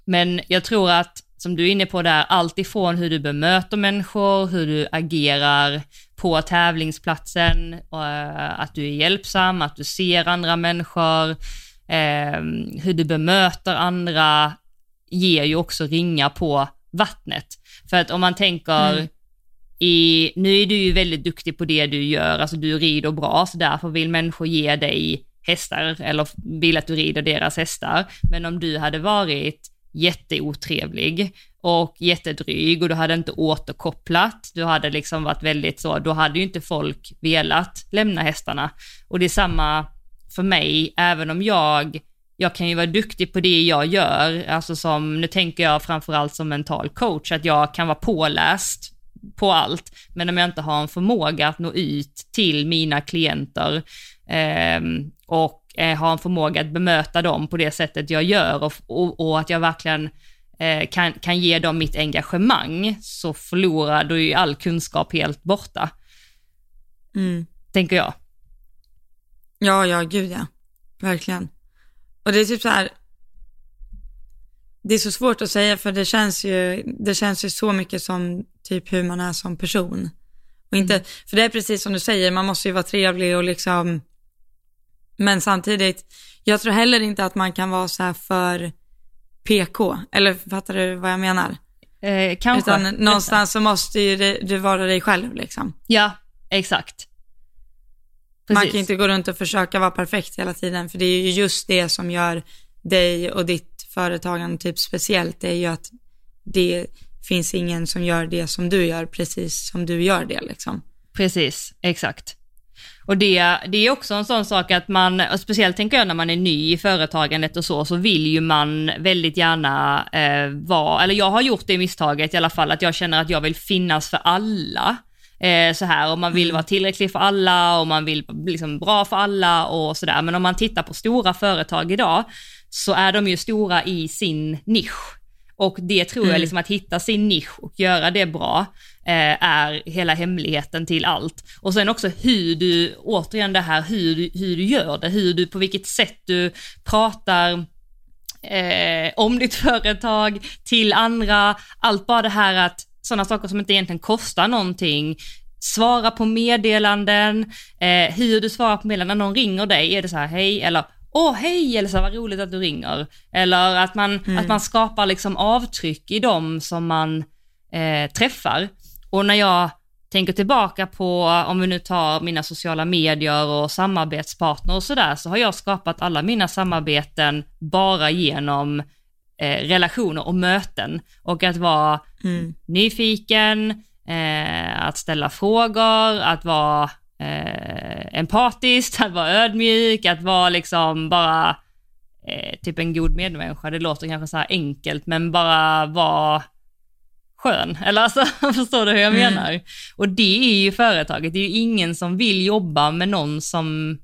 Men jag tror att, som du är inne på där, allt ifrån hur du bemöter människor, hur du agerar på tävlingsplatsen, och att du är hjälpsam, att du ser andra människor, eh, hur du bemöter andra ger ju också ringar på vattnet. För att om man tänker mm. i, nu är du ju väldigt duktig på det du gör, alltså du rider bra, så därför vill människor ge dig hästar eller vill att du rider deras hästar. Men om du hade varit jätteotrevlig och jättedryg och du hade inte återkopplat, du hade liksom varit väldigt så, då hade ju inte folk velat lämna hästarna. Och det är samma för mig, även om jag jag kan ju vara duktig på det jag gör, alltså som, nu tänker jag framförallt som mental coach, att jag kan vara påläst på allt, men om jag inte har en förmåga att nå ut till mina klienter eh, och eh, har en förmåga att bemöta dem på det sättet jag gör och, och, och att jag verkligen eh, kan, kan ge dem mitt engagemang, så förlorar då ju all kunskap helt borta. Mm. Tänker jag. Ja, ja, gud ja. Verkligen. Och det är typ så här, det är så svårt att säga, för det känns ju, det känns ju så mycket som typ hur man är som person. Och inte, mm. för det är precis som du säger, man måste ju vara trevlig och liksom, men samtidigt, jag tror heller inte att man kan vara så här för P K, eller fattar du vad jag menar? Eh, kanske. Utan någonstans så måste ju det, du vara dig själv liksom. Ja, exakt. Precis. Man kan inte gå runt och försöka vara perfekt hela tiden, för det är ju just det som gör dig och ditt företagande typ speciellt. Det är ju att det finns ingen som gör det som du gör precis som du gör det liksom. Precis, exakt. Och det, det är också en sån sak att man, och speciellt tänker jag när man är ny i företagandet och så, så vill ju man väldigt gärna eh, vara, eller jag har gjort det misstaget i alla fall, att jag känner att jag vill finnas för alla. Eh, så här, och man vill vara tillräcklig för alla och man vill liksom bra för alla och sådär. Men om man tittar på stora företag idag, så är de ju stora i sin nisch. Och det tror jag, liksom att hitta sin nisch och göra det bra eh, är hela hemligheten till allt. Och sen också hur du, återigen det här, hur du, hur du gör det, hur du, på vilket sätt du pratar eh, om ditt företag till andra. Allt bara det här att sådana saker som inte egentligen kostar någonting. Svara på meddelanden, eh, hur du svarar på meddelanden när någon ringer dig. Är det så här, hej, eller åh hej, eller så här, vad roligt att du ringer. Eller att man, mm. att man skapar liksom avtryck i dem som man eh, träffar. Och när jag tänker tillbaka på, om vi nu tar mina sociala medier och samarbetspartner och sådär, så har jag skapat alla mina samarbeten bara genom Eh, relationer och möten, och att vara mm. nyfiken, eh, att ställa frågor, att vara eh, empatisk, att vara ödmjuk, att vara liksom bara eh, typ en god medmänniska. Det låter kanske så här enkelt, men bara vara skön, eller alltså, förstår du hur jag mm. menar? Och det är ju företaget, det är ju ingen som vill jobba med någon som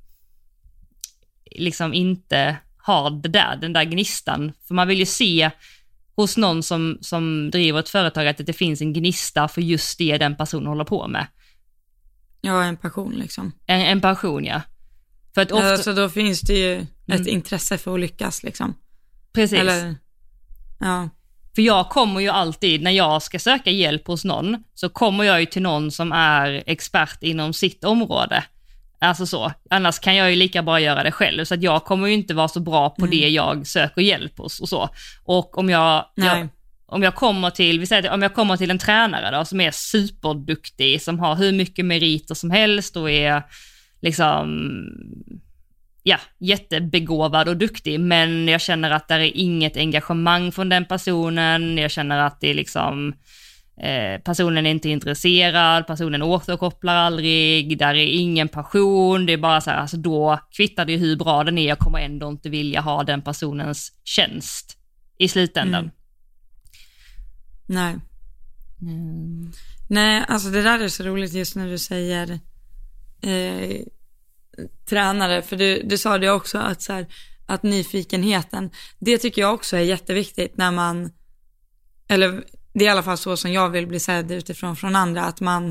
liksom inte har det där, den där gnistan. För man vill ju se hos någon som, som driver ett företag att det finns en gnista för just det den personen håller på med. Ja, en passion liksom. En, en passion, ja. För att ofta... ja, så då finns det ju ett mm. intresse för att lyckas liksom. Precis. Eller, ja. För jag kommer ju alltid, när jag ska söka hjälp hos någon, så kommer jag ju till någon som är expert inom sitt område. Alltså så, annars kan jag ju lika bra göra det själv, så att jag kommer ju inte vara så bra på mm. det jag söker hjälp hos och så. Och om jag, jag om jag kommer till, vi säger om jag kommer till en tränare då, som är superduktig, som har hur mycket meriter som helst och är liksom ja, jättebegåvad och duktig, men jag känner att det är inget engagemang från den personen, jag känner att det är liksom Eh, personen är inte intresserad, personen återkopplar aldrig, där är ingen passion, det är bara så här, alltså då kvittar det hur bra den är, jag kommer ändå inte vilja ha den personens tjänst i slutändan. Mm. Nej. Mm. Nej, alltså det där är så roligt just när du säger eh, tränare, för du, du sa det också att, så här, att nyfikenheten, det tycker jag också är jätteviktigt när man, eller det är i alla fall så som jag vill bli sedd utifrån från andra, att man,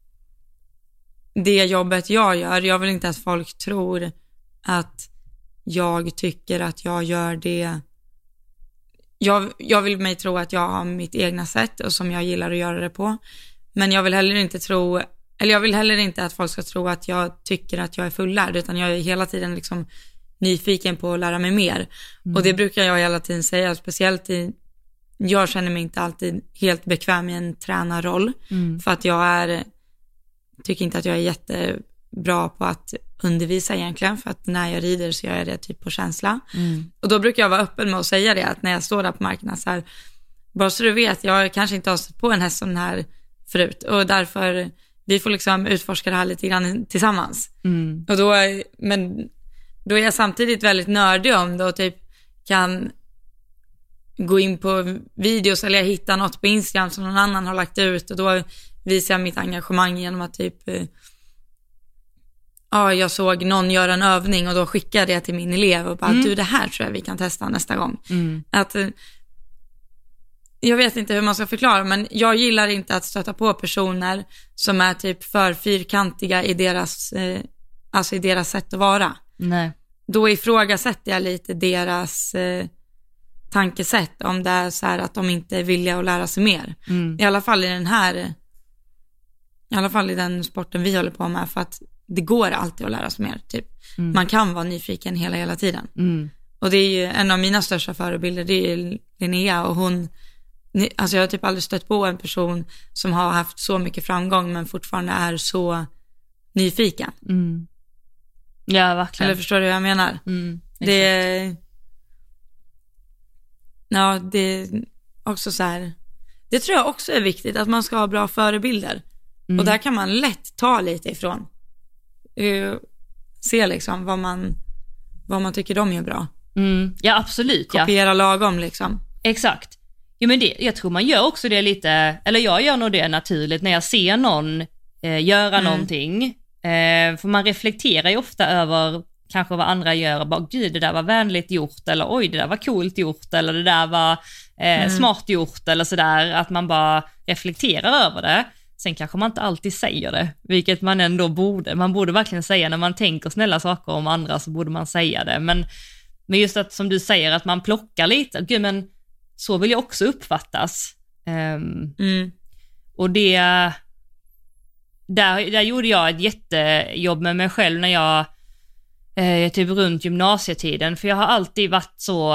det jobbet jag gör, jag vill inte att folk tror att jag tycker att jag gör det jag, jag vill mig tro att jag har mitt egna sätt och som jag gillar att göra det på. Men jag vill heller inte tro, eller jag vill heller inte att folk ska tro att jag tycker att jag är fullärd, utan jag är hela tiden liksom nyfiken på att lära mig mer. Mm. Och det brukar jag hela tiden säga, speciellt i, jag känner mig inte alltid helt bekväm i en tränarroll. Mm. För att jag är, tycker inte att jag är jättebra på att undervisa egentligen, för att när jag rider så gör jag det typ på känsla. Mm. Och då brukar jag vara öppen med att säga det, att när jag står där på marknaden så här, bara så du vet, jag kanske inte har stått på en häst som den här förut, och därför vi får liksom utforska det här lite grann tillsammans. Mm. Och då, men då är jag samtidigt väldigt nördig om det och typ kan gå in på videos eller jag hittar något på Instagram som någon annan har lagt ut, och då visar jag mitt engagemang genom att typ ja, jag såg någon göra en övning och då skickade jag till min elev och bara, mm. du, det här tror jag vi kan testa nästa gång. Mm. Att jag vet inte hur man ska förklara, men jag gillar inte att stöta på personer som är typ för fyrkantiga i deras, eh, alltså i deras sätt att vara. Nej. Då ifrågasätter jag lite deras eh, tankesätt, om det är så här att de inte är villiga att lära sig mer. Mm. I alla fall i den här, i alla fall i den sporten vi håller på med, för att det går alltid att lära sig mer. Typ. Mm. Man kan vara nyfiken hela, hela tiden. Mm. Och det är ju en av mina största förebilder, det är Linnea, och hon, alltså jag har typ aldrig stött på en person som har haft så mycket framgång men fortfarande är så nyfiken. Mm. Ja, verkligen. Eller förstår du vad jag menar? Mm, det är, ja, det är också så här, det tror jag också är viktigt, att man ska ha bra förebilder. Mm. Och där kan man lätt ta lite ifrån. Uh, se liksom vad man, vad man tycker de gör bra. Mm. Ja, absolut. Kopiera ja. lagom liksom. Exakt. Jo, men det, jag tror man gör också det lite, eller jag gör nog det naturligt när jag ser någon eh, göra mm. någonting. Eh, för man reflekterar ju ofta över kanske vad andra gör och bara, gud, det där var vänligt gjort, eller oj, det där var coolt gjort, eller det där var eh, mm. smart gjort, eller sådär, att man bara reflekterar över det. Sen kanske man inte alltid säger det, vilket man ändå borde. Man borde verkligen säga, när man tänker snälla saker om andra så borde man säga det. Men, men just att, som du säger, att man plockar lite, gud, men så vill jag också uppfattas. Um, mm. Och det, där, där gjorde jag ett jättejobb med mig själv när jag, eh, typ runt gymnasietiden. För jag har alltid varit så,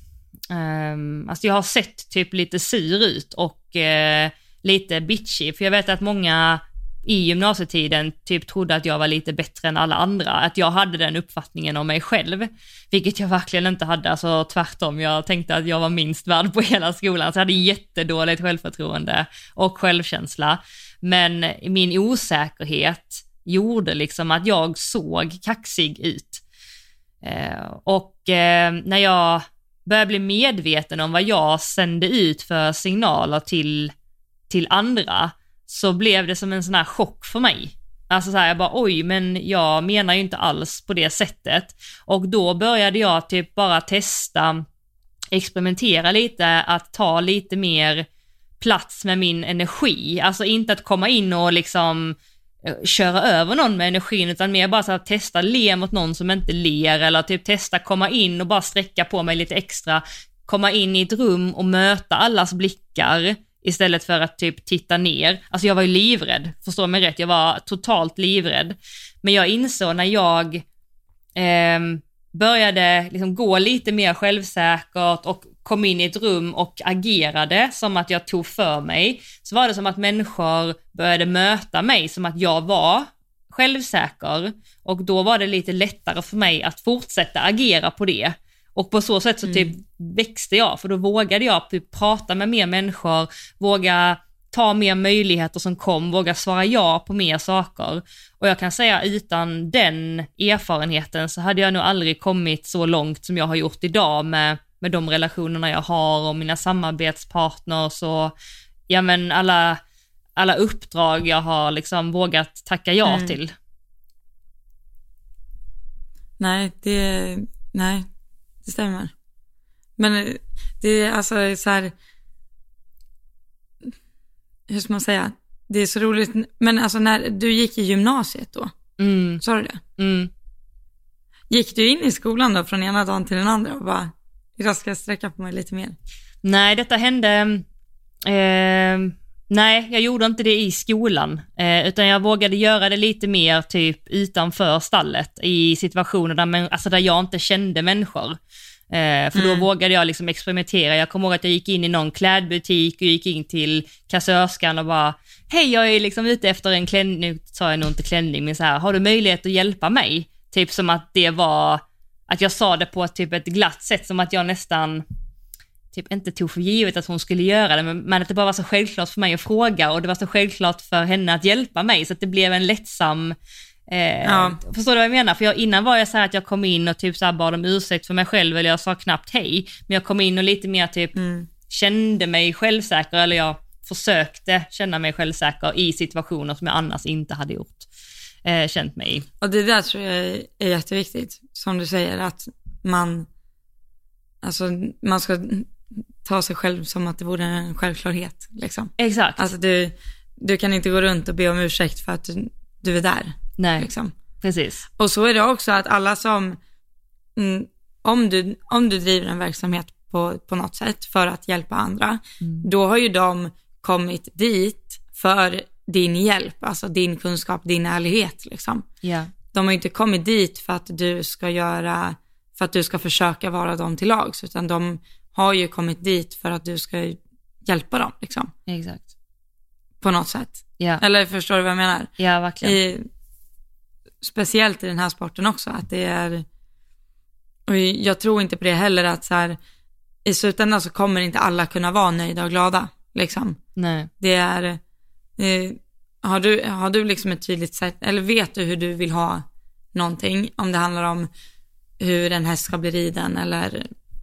um, alltså jag har sett typ lite sur ut och eh, lite bitchy. För jag vet att många i gymnasietiden typ trodde att jag var lite bättre än alla andra. Att jag hade den uppfattningen om mig själv. Vilket jag verkligen inte hade. Alltså tvärtom, jag tänkte att jag var minst värd på hela skolan. Så jag hade jättedåligt självförtroende och självkänsla. Men min osäkerhet gjorde liksom att jag såg kaxig ut. Eh, och eh, när jag började bli medveten om vad jag sände ut för signaler till till andra, så blev det som en sån här chock för mig. Alltså så här, jag bara, oj, men jag menar ju inte alls på det sättet. Och då började jag typ bara testa, experimentera lite, att ta lite mer plats med min energi. Alltså inte att komma in och liksom köra över någon med energin, utan mer bara så att testa le mot någon som inte ler, eller typ testa komma in och bara sträcka på mig lite extra, komma in i ett rum och möta allas blickar istället för att typ titta ner. Alltså jag var ju livrädd, förstår mig rätt, jag var totalt livrädd. Men jag insåg när jag eh, började liksom gå lite mer självsäkert och kom in i ett rum och agerade som att jag tog för mig, så var det som att människor började möta mig som att jag var självsäker, och då var det lite lättare för mig att fortsätta agera på det. Och på så sätt så typ mm. växte jag, för då vågade jag typ prata med mer människor, våga ta mer möjligheter som kom, våga svara ja på mer saker. Och jag kan säga, utan den erfarenheten så hade jag nog aldrig kommit så långt som jag har gjort idag med, med de relationerna jag har och mina samarbetspartners och ja, men alla, alla uppdrag jag har liksom vågat tacka ja mm. till. Nej, det... Nej. Det stämmer. Men det är alltså så här, hur ska man säga? Det är så roligt. Men alltså när du gick i gymnasiet då, mm. sa du det? Mm. Gick du in i skolan då från ena dagen till den andra och bara, jag ska sträcka på mig lite mer? Nej, detta hände... Eh, nej, jag gjorde inte det i skolan. Eh, utan jag vågade göra det lite mer typ utanför stallet. I situationer där, man, alltså där jag inte kände människor. Eh, för då mm. vågade jag liksom experimentera. Jag kommer ihåg att jag gick in i någon klädbutik och gick in till kassörskan och bara, hej, jag är liksom ute efter en klänning. Nu sa jag nog inte klänning, men så här, har du möjlighet att hjälpa mig? Typ som att det var, att jag sa det på typ ett glatt sätt, som att jag nästan typ inte tog för givet att hon skulle göra det, men, men att det bara var så självklart för mig att fråga, och det var så självklart för henne att hjälpa mig, så att det blev en lättsam Eh, ja. Förstår du vad jag menar? För jag, innan var jag så här att jag kom in och typ så här bad om ursäkt för mig själv, eller jag sa knappt hej, men jag kom in och lite mer typ mm. kände mig självsäker, eller jag försökte känna mig självsäker i situationer som jag annars inte hade gjort eh, känt mig i. Och det där tror jag är jätteviktigt, som du säger, att man alltså man ska ta sig själv som att det vore en självklarhet liksom. Exakt. Alltså du, du kan inte gå runt och be om ursäkt för att du, du är där. Nej, liksom. Precis. Och så är det också att alla som mm, om, du, om du driver en verksamhet på, på något sätt för att hjälpa andra, mm. då har ju de kommit dit för din hjälp, alltså din kunskap, din ärlighet liksom. Yeah. De har ju inte kommit dit för att du ska göra, för att du ska försöka vara dem till lags, utan de har ju kommit dit för att du ska hjälpa dem liksom. Exakt. På något sätt. Yeah. Eller förstår du vad jag menar? Ja, verkligen. I, speciellt i den här sporten också, att det är, och jag tror inte på det heller, att så här, i slutändan så kommer inte alla kunna vara nöjda och glada liksom. Nej. Det är eh, har du, har du liksom ett tydligt sätt, eller vet du hur du vill ha någonting, om det handlar om hur en häst ska bli riden, eller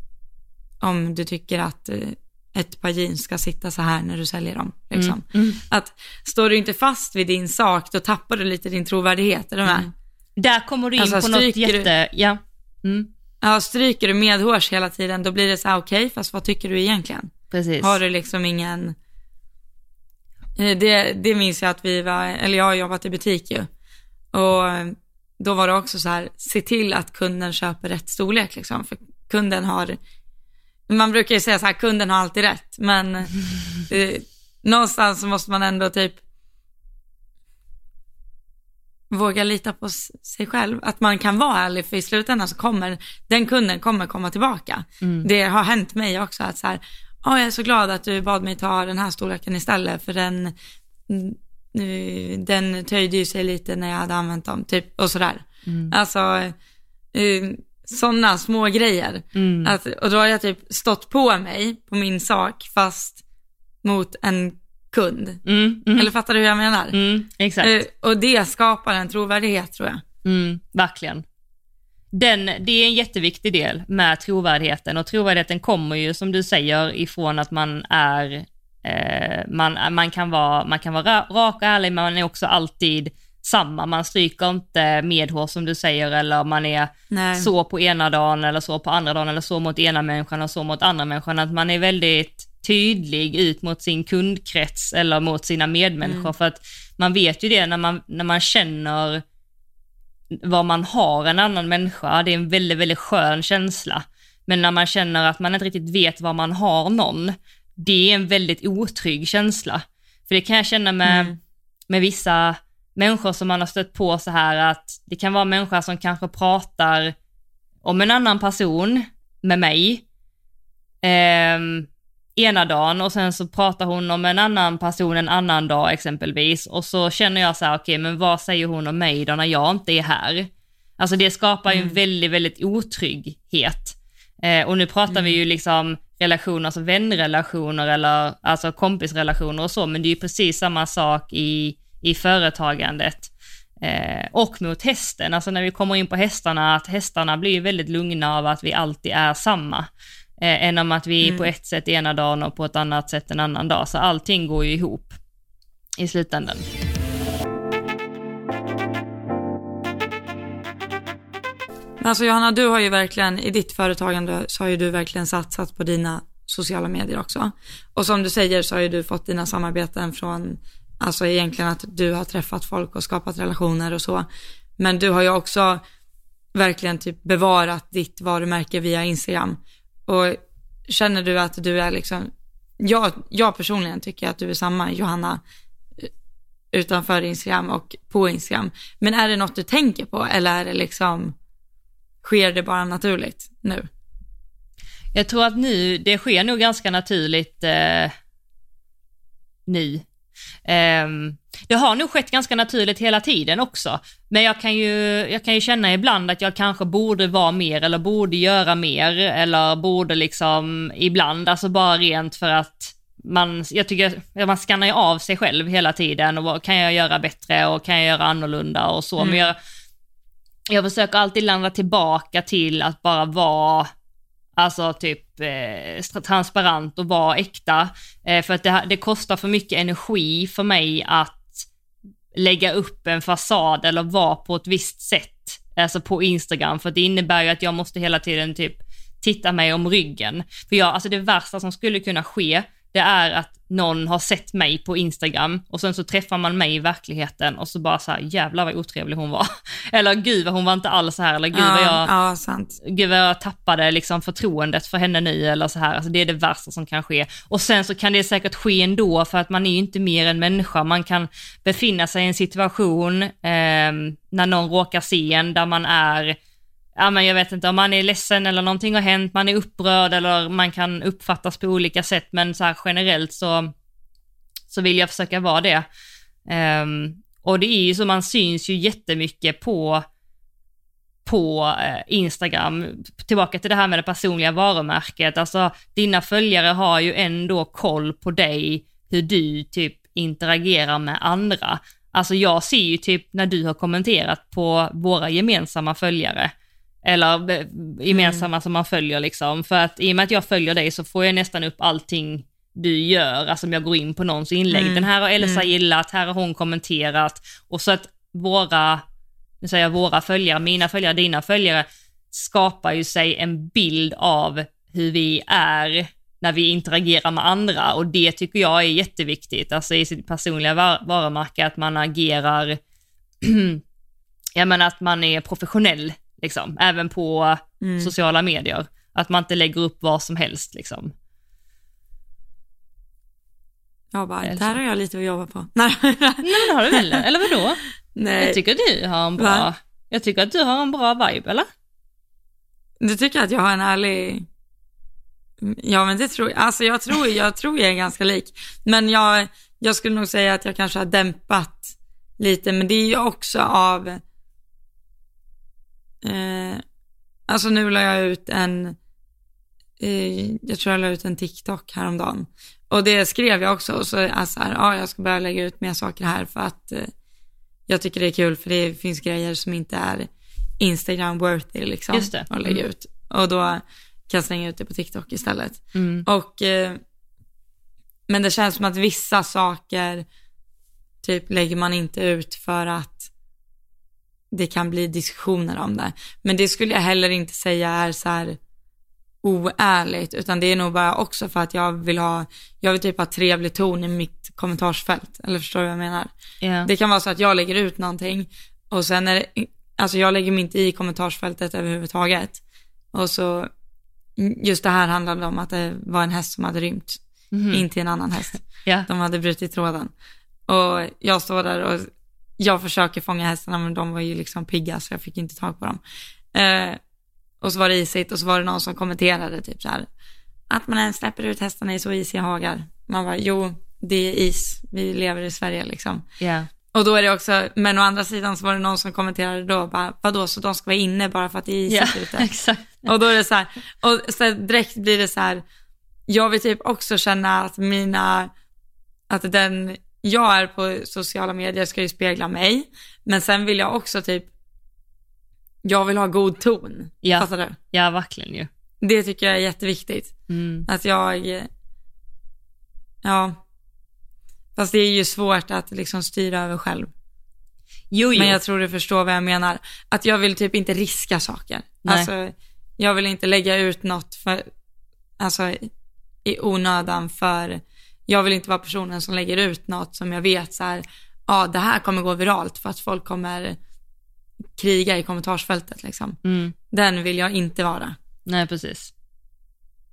om du tycker att eh, ett par jeans ska sitta så här när du säljer dem liksom. Mm, mm. Att står du inte fast vid din sak, då tappar du lite din trovärdighet, är du med? Mm. Där kommer du in alltså, på något jätte du, ja. Mm. Ja, stryker du medhårs hela tiden, då blir det så här, okej, okay, fast vad tycker du egentligen? Precis. Har du liksom ingen det, det minns jag att vi var, eller jag har jobbat i butik ju, och då var det också så här, se till att kunden köper rätt storlek liksom, för kunden har, man brukar ju säga så här, kunden har alltid rätt, men eh, någonstans så måste man ändå typ våga lita på sig själv, att man kan vara ärlig, för i slutändan så kommer den kunden kommer komma tillbaka. Mm. Det har hänt mig också, att så här, oh, jag är så glad att du bad mig ta den här storleken istället, för den den töjde ju sig lite när jag hade använt dem typ, och sådär. Mm. Alltså eh, sådana små grejer. Mm. Att, och då har jag typ stått på mig på min sak, fast mot en kund. Mm. Mm. Eller fattar du hur jag menar? Mm. Exakt. Uh, och det skapar en trovärdighet, tror jag. Mm. Verkligen. Den, det är en jätteviktig del med trovärdigheten, och trovärdigheten kommer ju, som du säger, ifrån att man är eh, man, man kan vara man kan vara rak och ärlig, men man är också alltid samma. Man stryker inte medhår, som du säger, eller man är Nej. så på ena dagen eller så på andra dagen, eller så mot ena människan och så mot andra människan. Att man är väldigt tydlig ut mot sin kundkrets eller mot sina medmänniskor, mm. för att man vet ju det när man, när man känner vad man har en annan människa. Det är en väldigt, väldigt skön känsla. Men när man känner att man inte riktigt vet vad man har någon, det är en väldigt otrygg känsla. För det kan jag känna med, mm. med vissa människor som man har stött på, så här att det kan vara människor som kanske pratar om en annan person med mig eh, ena dagen, och sen så pratar hon om en annan person en annan dag exempelvis, och så känner jag så här, okej, okay, men vad säger hon om mig då när jag inte är här? Alltså det skapar ju mm. en väldigt, väldigt otrygghet. Eh, och nu pratar mm. vi ju liksom relationer, alltså vänrelationer eller alltså kompisrelationer och så, men det är ju precis samma sak i i företagandet eh, och mot hästen. Alltså när vi kommer in på hästarna, att hästarna blir väldigt lugna av att vi alltid är samma, eh, än om att vi mm. på ett sätt ena dagen och på ett annat sätt en annan dag. Så allting går ju ihop i slutändan. Alltså Johanna, du har ju verkligen, i ditt företagande så har ju du verkligen satsat på dina sociala medier också. Och som du säger så har ju du fått dina samarbeten från, alltså egentligen att du har träffat folk och skapat relationer och så. Men du har ju också verkligen typ bevarat ditt varumärke via Instagram. Och känner du att du är liksom, jag, jag personligen tycker att du är samma Johanna utanför Instagram och på Instagram. Men är det något du tänker på eller är det liksom, sker det bara naturligt nu? Jag tror att nu, det sker nog ganska naturligt eh, nu. Eh, det har nog skett ganska naturligt hela tiden också. Men jag kan ju, jag kan ju känna ibland att jag kanske borde vara mer eller borde göra mer eller borde liksom ibland, alltså bara rent för att man, jag tycker man skannar ju av sig själv hela tiden och vad kan jag göra bättre och kan jag göra annorlunda och så. Mm. Men jag, jag försöker alltid landa tillbaka till att bara vara alltså typ eh, transparent och vara äkta. Eh, för att det, det kostar för mycket energi för mig att lägga upp en fasad eller vara på ett visst sätt. Alltså på Instagram. För det innebär ju att jag måste hela tiden typ titta mig om ryggen. För jag, alltså det värsta som skulle kunna ske, det är att någon har sett mig på Instagram och sen så träffar man mig i verkligheten och så bara så här, jävlar vad otrevlig hon var. Eller gud vad hon var inte alls så här. Eller gud ja, vad jag, ja, sant. Gud vad jag tappade liksom förtroendet för henne nu eller så här. Alltså det är det värsta som kan ske. Och sen så kan det säkert ske ändå för att man är ju inte mer än människa. Man kan befinna sig i en situation eh, när någon råkar se en där man är, ja men jag vet inte om man är ledsen eller någonting har hänt, man är upprörd eller man kan uppfattas på olika sätt, men så här generellt så, så vill jag försöka vara det. Um, och det är ju så, man syns ju jättemycket på, på eh, Instagram. Tillbaka till det här med det personliga varumärket, alltså dina följare har ju ändå koll på dig, hur du typ interagerar med andra. Alltså jag ser ju typ när du har kommenterat på våra gemensamma följare eller gemensamma mm. som man följer liksom, för att i och med att jag följer dig så får jag nästan upp allting du gör, alltså om jag går in på någons inlägg, mm. den här har Elsa mm. gillat, här har hon kommenterat, och så att våra, nu säger jag våra följare, mina följare, dina följare skapar ju sig en bild av hur vi är när vi interagerar med andra, och det tycker jag är jätteviktigt, alltså i sitt personliga var- varumärke att man agerar jag menar att man är professionell liksom, även på mm. sociala medier, att man inte lägger upp vad som helst liksom. Jag bara, där har jag lite att jobba på. Nej, Nej men det har du väl, eller vadå? Nej. Jag tycker att du har en bra Va? Jag tycker att du har en bra vibe, eller? Du tycker att jag har en ärlig... Ja men det tror jag, alltså jag tror jag tror jag är ganska lik, men jag, jag skulle nog säga att jag kanske har dämpat lite, men det är ju också av eh, alltså nu la jag ut en eh, jag tror jag la ut en TikTok häromdagen, och det skrev jag också, och så är så här, ja jag ska börja lägga ut mer saker här för att eh, jag tycker det är kul, för det finns grejer som inte är Instagram worthy liksom. Just det. Att lägga mm. ut, och då kan slänga ut det på TikTok istället. Mm. Och eh, men det känns som att vissa saker typ lägger man inte ut för att det kan bli diskussioner om det. Men det skulle jag heller inte säga är så här oärligt, utan det är nog bara också för att jag vill ha jag vill typ ha trevlig ton i mitt kommentarsfält, eller förstår du vad jag menar? Yeah. Det kan vara så att jag lägger ut någonting och sen är det, alltså jag lägger mig inte i kommentarsfältet överhuvudtaget, och så just det här handlade om att det var en häst som hade rymt mm. in till en annan häst. Yeah. De hade brutit tråden. Och jag står där och jag försöker fånga hästarna, men de var ju liksom pigga så jag fick inte tag på dem. Eh, och så var det isigt, och så var det någon som kommenterade typ så här, att man ens släpper ut hästarna i så isiga hagar. Man bara, jo, det är is. Vi lever i Sverige liksom. Yeah. Och då är det också, men å andra sidan så var det någon som kommenterade då, bara, vadå, så de ska vara inne bara för att det är isigt yeah, ute? Exakt. Och då är det så här, och så direkt blir det så här, jag vill typ också känna att mina, att den jag är på sociala medier ska ju spegla mig, men sen vill jag också typ, jag vill ha god ton. Ja, fattar du? Ja, verkligen ju. Det tycker jag är jätteviktigt. Mm. Att jag, ja, fast det är ju svårt att liksom styra över själv. Jo, jo. Men jag tror du förstår vad jag menar. Att jag vill typ inte riska saker. Nej. Alltså, jag vill inte lägga ut något för, alltså, i onödan, för jag vill inte vara personen som lägger ut något som jag vet så här, ja, det här kommer gå viralt för att folk kommer kriga i kommentarsfältet liksom. Mm. Den vill jag inte vara. Nej, precis.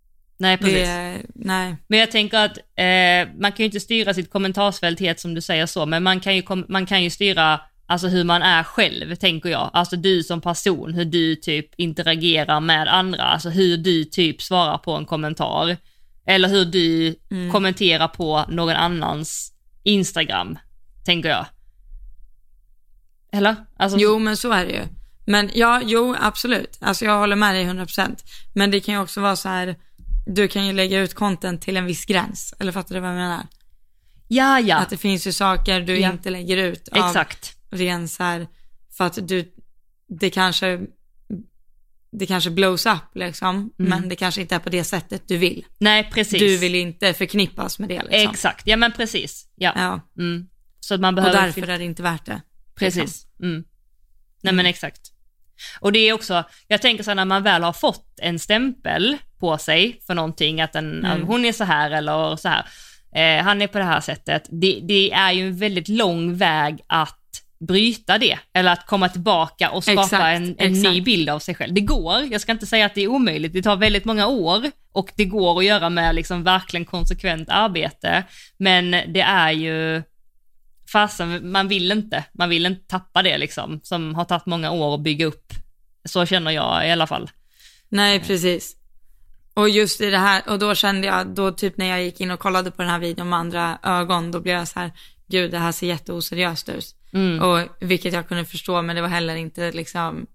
Nej, precis. Det, nej. Men jag tänker att eh, man kan ju inte styra sitt kommentarsfält helt som du säger så, men man kan ju, kom- man kan ju styra alltså hur man är själv, tänker jag. Alltså du som person, hur du typ interagerar med andra, alltså hur du typ svarar på en kommentar. Eller hur du mm. kommenterar på någon annans Instagram, tänker jag. Eller? Alltså... Jo, men så är det ju. Men ja, jo, absolut. Alltså jag håller med dig hundra procent. Men det kan ju också vara så här, du kan ju lägga ut content till en viss gräns. Eller fattar du vad jag menar? Ja, ja. Att det finns ju saker du ja. inte lägger ut av Exakt. ren så här, för att du, det kanske det kanske blows up liksom, mm. men det kanske inte är på det sättet du vill. Nej, precis. Du vill inte förknippas med det liksom. Exakt, ja men precis. Ja. Ja. Mm. Så att man behöver... Och därför är det inte värt det. Precis. Liksom. Mm. Nej mm. men exakt. Och det är också, jag tänker så här, när man väl har fått en stämpel på sig för någonting, att en, mm. hon är så här eller så här, eh, han är på det här sättet, det, det är ju en väldigt lång väg att bryta det, eller att komma tillbaka och skapa exakt, en, en ny bild av sig själv. Det går, jag ska inte säga att det är omöjligt, det tar väldigt många år och det går att göra med liksom verkligen konsekvent arbete, men det är ju fasen, man vill inte man vill inte tappa det liksom, som har tagit många år att bygga upp. Så känner jag i alla fall. Nej, precis. Och just i det här, och då kände jag, då typ när jag gick in och kollade på den här videon med andra ögon, då blev jag så här, gud det här ser jätteoseriöst ut. Mm. Och vilket jag kunde förstå, men det var heller inte liksom,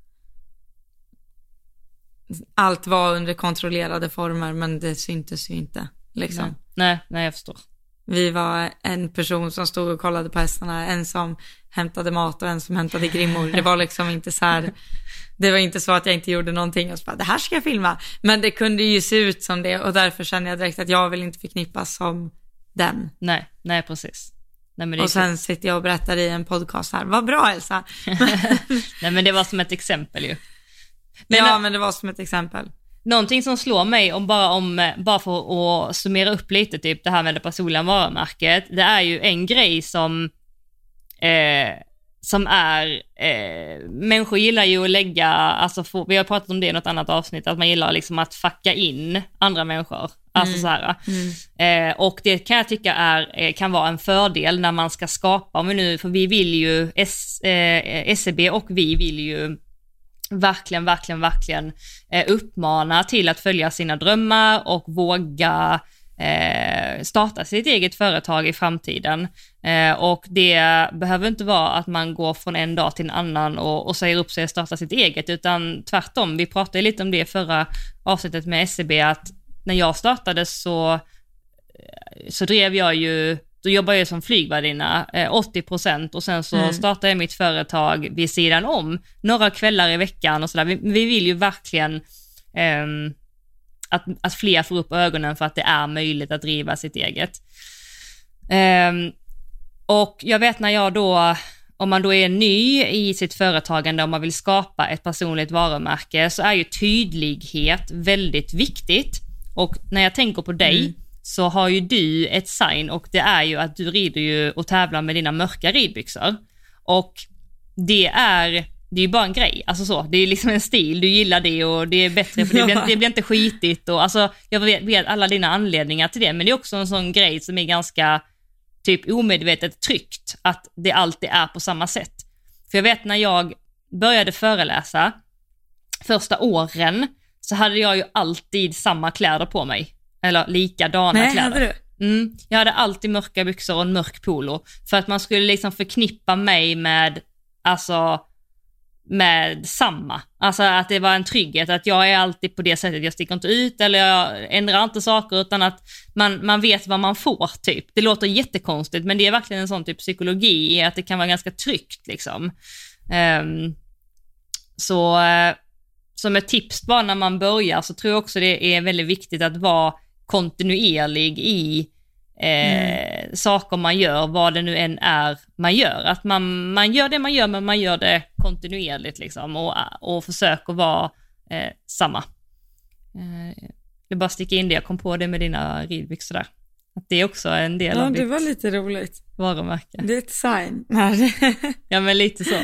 allt var under kontrollerade former, men det syntes ju inte liksom. Nej, nej, nej jag förstår. Vi var en person som stod och kollade på hästarna, en som hämtade mat och en som hämtade grimmor. Det var liksom inte så här, det var inte så att jag inte gjorde någonting och så bara, det här ska jag filma. Men det kunde ju se ut som det, och därför kände jag direkt att jag vill inte förknippas som den. Nej, nej precis. Nej, men det och sen så... sitter jag och berättar i en podcast här. Vad bra, Elsa. Nej, men det var som ett exempel ju. Men, ja, men det var som ett exempel. Någonting som slår mig, om bara, om, bara för att summera upp lite typ det här med det personliga varumärket, det är ju en grej som eh, som är eh, människor gillar ju att lägga, alltså för, vi har pratat om det i något annat avsnitt, att man gillar liksom att fucka in andra människor, alltså mm. så här. Mm. Eh, och det kan jag tycka är, kan vara en fördel när man ska skapa, om vi nu, för vi vill ju S, eh, S C B och vi vill ju verkligen, verkligen, verkligen eh, uppmana till att följa sina drömmar och våga eh, starta sitt eget företag i framtiden. Eh, och det behöver inte vara att man går från en dag till en annan och, och säger upp sig och startar sitt eget, utan tvärtom. Vi pratade lite om det i förra avsnittet med S C B, att när jag startade så, så drev jag ju, då jobbade jag som flygvärdinna eh, åttio procent och sen så mm. startade jag mitt företag vid sidan om några kvällar i veckan och sådär. Vi, vi vill ju verkligen eh, att, att fler får upp ögonen för att det är möjligt att driva sitt eget. Eh, och jag vet när jag då, om man då är ny i sitt företagande och man vill skapa ett personligt varumärke, så är ju tydlighet väldigt viktigt. Och när jag tänker på dig mm. så har ju du ett sign, och det är ju att du rider ju och tävlar med dina mörka ridbyxor. Och det är det är ju bara en grej, alltså så, det är liksom en stil, du gillar det och det är bättre, för det blir, det blir inte skitigt och alltså, jag vet, vet alla dina anledningar till det, men det är också en sån grej som är ganska typ omedvetet tryckt, att det alltid är på samma sätt. För jag vet när jag började föreläsa första åren, så hade jag ju alltid samma kläder på mig. Eller likadana Nej, kläder. Hade du? Mm, jag hade alltid mörka byxor och en mörk polo. För att man skulle liksom förknippa mig med, alltså, med samma. Alltså att det var en trygghet. Att jag är alltid på det sättet. Jag sticker inte ut eller jag ändrar inte saker, utan att man, man vet vad man får typ. Det låter jättekonstigt, men det är verkligen en sån typ psykologi, att det kan vara ganska tryggt liksom. Um, så... Som ett tips bara när man börjar, så tror jag också det är väldigt viktigt att vara kontinuerlig i eh, mm. saker man gör, vad det nu än är man gör. Att man, man gör det man gör, men man gör det kontinuerligt liksom, och, och försöker vara eh, samma. Eh, det bara sticka in det, jag kom på det med dina ridbyxor där. Att det är också en del ja, av ditt det var lite roligt. Varumärke. Det är ett sign. Ja, men lite så.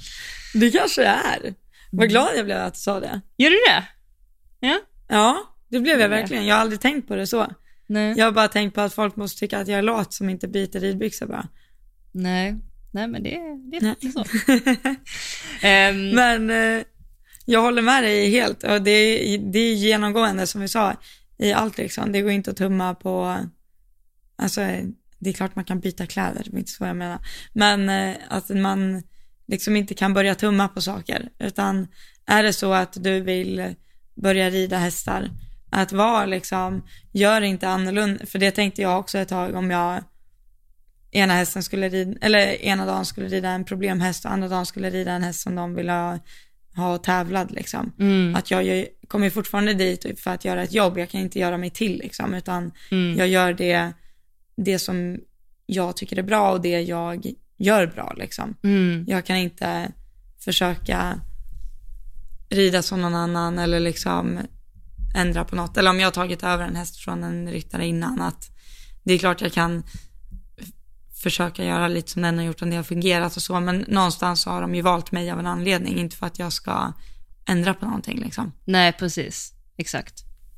Det kanske är. Vad glad jag blev att du sa det. Gör du det? Ja. Ja, det blev jag verkligen. Jag har aldrig tänkt på det så. Nej. Jag har bara tänkt på att folk måste tycka att jag är lat som inte byter ridbyxor bara. Nej, Nej men det, det är Nej. faktiskt så. um, Men eh, jag håller med dig helt. Och det, är, det är genomgående som vi sa i allt liksom. Det går inte att tumma på, alltså det är klart man kan byta kläder, det är inte så jag menar. Men eh, att man liksom inte kan börja tumma på saker. Utan är det så att du vill börja rida hästar, att vara liksom, gör inte annorlunda. För det tänkte jag också ett tag, om jag ena hästen skulle rida, eller ena dagen skulle rida en problemhäst och andra dagen skulle rida en häst som de vill ha, ha tävlad liksom. Mm. Att jag, jag kommer fortfarande dit för att göra ett jobb, jag kan inte göra mig till liksom, utan mm. jag gör det, det som jag tycker är bra och det jag gör bra liksom. Mm. Jag kan inte försöka rida som någon annan eller liksom ändra på något. Eller om jag har tagit över en häst från en ryttare innan, att det är klart jag kan försöka göra lite som den har gjort och det har fungerat och så, men någonstans så har de ju valt mig av en anledning, inte för att jag ska ändra på någonting liksom. Nej, precis. Exakt.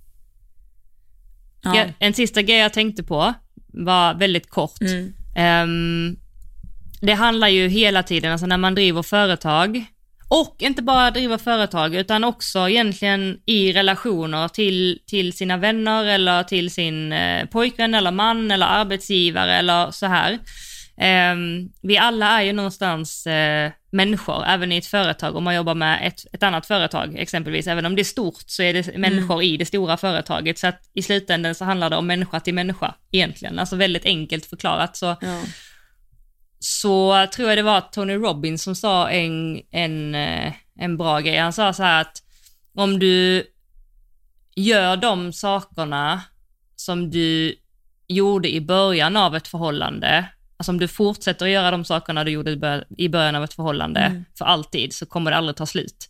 Ja. Ja, en sista grej jag tänkte på var väldigt kort. Mm. Um, det handlar ju hela tiden, alltså när man driver företag, och inte bara driva företag utan också egentligen i relationer till, till sina vänner eller till sin eh, pojkvän eller man eller arbetsgivare eller så här. Eh, vi alla är ju någonstans eh, människor, även i ett företag. Om man jobbar med ett, ett annat företag exempelvis, även om det är stort så är det människor mm. i det stora företaget. Så att i slutändan så handlar det om människa till människa egentligen. Alltså väldigt enkelt förklarat så... Ja. Så tror jag det var Tony Robbins som sa en, en, en bra grej. Han sa så här att om du gör de sakerna som du gjorde i början av ett förhållande, alltså om du fortsätter att göra de sakerna du gjorde i början av ett förhållande mm. för alltid, så kommer det aldrig ta slut.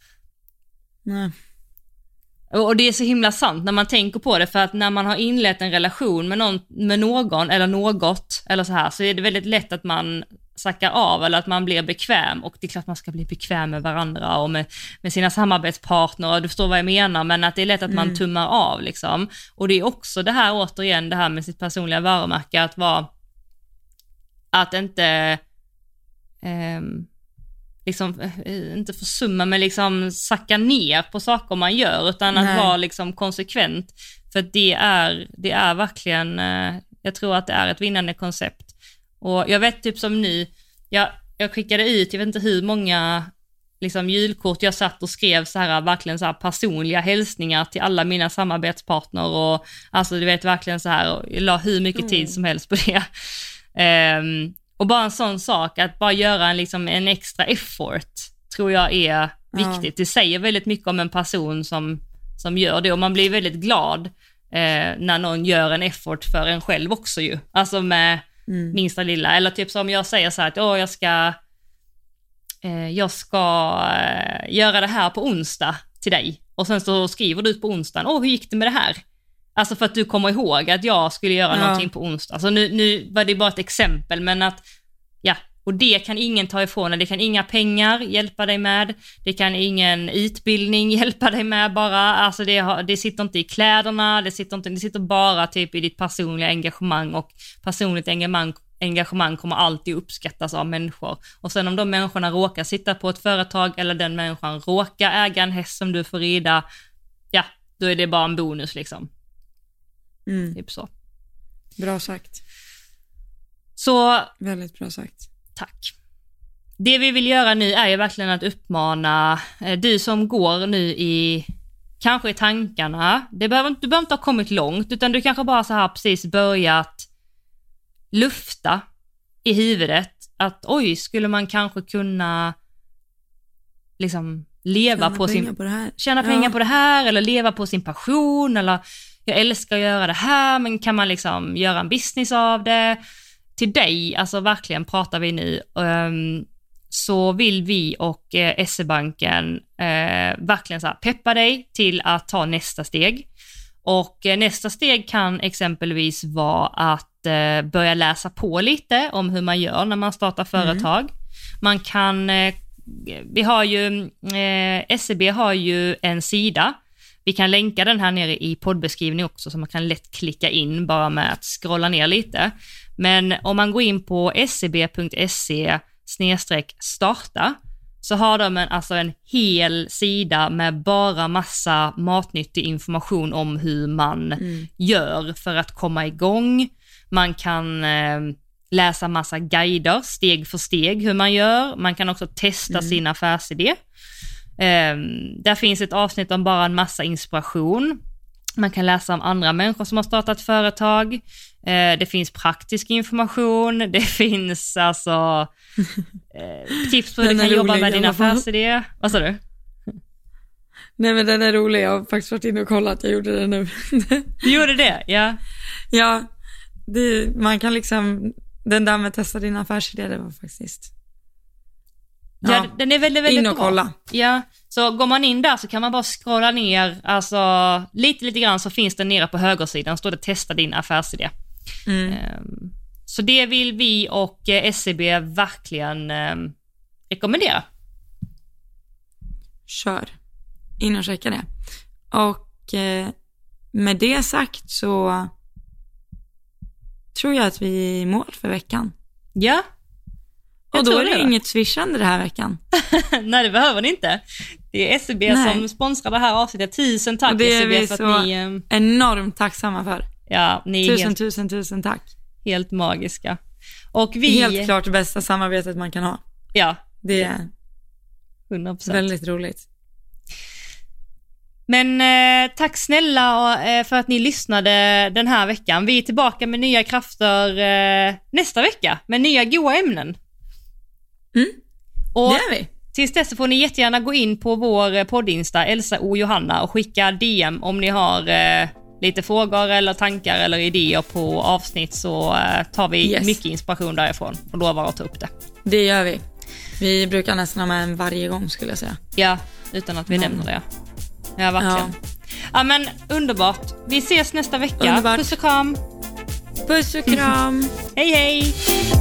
Nej. Och det är så himla sant när man tänker på det, för att när man har inlett en relation med någon, med någon eller något eller så här, så är det väldigt lätt att man sackar av eller att man blir bekväm, och det är klart man ska bli bekväm med varandra och med, med sina samarbetspartner, du förstår vad jag menar, men att det är lätt att man mm. tummar av liksom. Och det är också det här återigen, det här med sitt personliga varumärke, att vara att inte ehm, liksom, inte försumma men liksom sacka ner på saker man gör, utan Nej. att vara liksom konsekvent, för det är, det är verkligen, jag tror att det är ett vinnande koncept. Och jag vet typ som nu, jag, jag skickade ut, jag vet inte hur många liksom julkort jag satt och skrev så här, verkligen så här personliga hälsningar till alla mina samarbetspartner, och alltså du vet verkligen så här, och jag la hur mycket mm. tid som helst på det. Um, och bara en sån sak, att bara göra en, liksom, en extra effort tror jag är viktigt. Ja. Det säger väldigt mycket om en person som, som gör det, och man blir väldigt glad eh, när någon gör en effort för en själv också ju. Alltså med mm. minsta lilla, eller typ som jag säger så här att åh, jag ska eh, jag ska eh, göra det här på onsdag till dig, och sen så skriver du ut på onsdagen, åh hur gick det med det här? Alltså för att du kommer ihåg att jag skulle göra ja. någonting på onsdag. Alltså nu, nu var det bara ett exempel, men att ja, och det kan ingen ta ifrån dig. Det kan inga pengar hjälpa dig med. Det kan ingen utbildning hjälpa dig med bara. Alltså det, det sitter inte i kläderna, det sitter, inte, det sitter bara typ i ditt personliga engagemang, och personligt engagemang, engagemang kommer alltid uppskattas av människor. Och sen om de människorna råkar sitta på ett företag, eller den människan råkar äga en häst som du får rida, ja, då är det bara en bonus liksom. Mm. Typ så. Bra sagt. Så väldigt bra sagt. Tack. Det vi vill göra nu är ju verkligen att uppmana eh, du som går nu i kanske i tankarna. Det behöver, du behöver inte ha kommit långt, utan du kanske bara så här precis börjat lufta i huvudet att oj, skulle man kanske kunna liksom leva tjäna på sin på det här. tjäna pengar ja. på det här, eller leva på sin passion, eller jag älskar att göra det här, men kan man liksom göra en business av det? Till dig, alltså verkligen pratar vi nu, um, så vill vi och eh, S E-banken eh, verkligen så här peppa dig till att ta nästa steg. Och eh, nästa steg kan exempelvis vara att eh, börja läsa på lite om hur man gör när man startar företag. Mm. Man kan, eh, vi har ju, eh, S E B har ju en sida. Vi kan länka den här nere i poddbeskrivningen också, så man kan lätt klicka in bara med att scrolla ner lite. Men om man går in på scb.se snedstreck starta, så har de en, alltså en hel sida med bara massa matnyttig information om hur man mm. gör för att komma igång. Man kan eh, läsa massa guider steg för steg hur man gör. Man kan också testa mm. sin affärsidé. Eh, där finns ett avsnitt om bara en massa inspiration. Man kan läsa om andra människor som har startat företag. Eh, det finns praktisk information. Det finns alltså eh, tips på hur du kan jobba med din affärsidé. Vad sa du? Nej, men den är rolig. Jag har faktiskt varit inne och kollat. Jag gjorde det nu. Du gjorde det? Ja. Ja, det, man kan liksom... Den där med testa din affärsidé, det var faktiskt... Ja, ja, den är väldigt, väldigt in och bra. Kolla. Ja, så går man in där så kan man bara scrolla ner, alltså lite, lite grann, så finns den nere på högersidan, står det testa din affärsidé. Mm. Um, så det vill vi och uh, S C B verkligen um, rekommendera. Kör. In och checka det. Och uh, med det sagt så tror jag att vi är i mål för veckan. Ja. Och då är det, det inget swishande den här veckan. Nej, det behöver ni inte. Det är S C B Nej. som sponsrar det här avsnittet. Tusen tack det S C B är vi för så att ni... Um... enormt tacksamma för. Ja, ni är tusen, helt... tusen, tusen tack. Helt magiska. Och vi... Helt klart det bästa samarbetet man kan ha. Ja. Det är hundra procent. Väldigt roligt. Men eh, tack snälla eh, för att ni lyssnade den här veckan. Vi är tillbaka med nya krafter eh, nästa vecka med nya goda ämnen. Mm, och det är vi. Tills dess får ni jättegärna gå in på vår poddinsta Elsa och Johanna och skicka D M om ni har eh, lite frågor eller tankar eller idéer på avsnitt, så eh, tar vi yes. mycket inspiration därifrån och lovar att ta upp det. Det gör vi. Vi brukar nästan ha med en varje gång, skulle jag säga. Ja, utan att vi mm. nämner det. Ja, verkligen. Ja. Ja, men underbart. Vi ses nästa vecka. Underbart. Puss och kram. Puss och kram. Hej hej.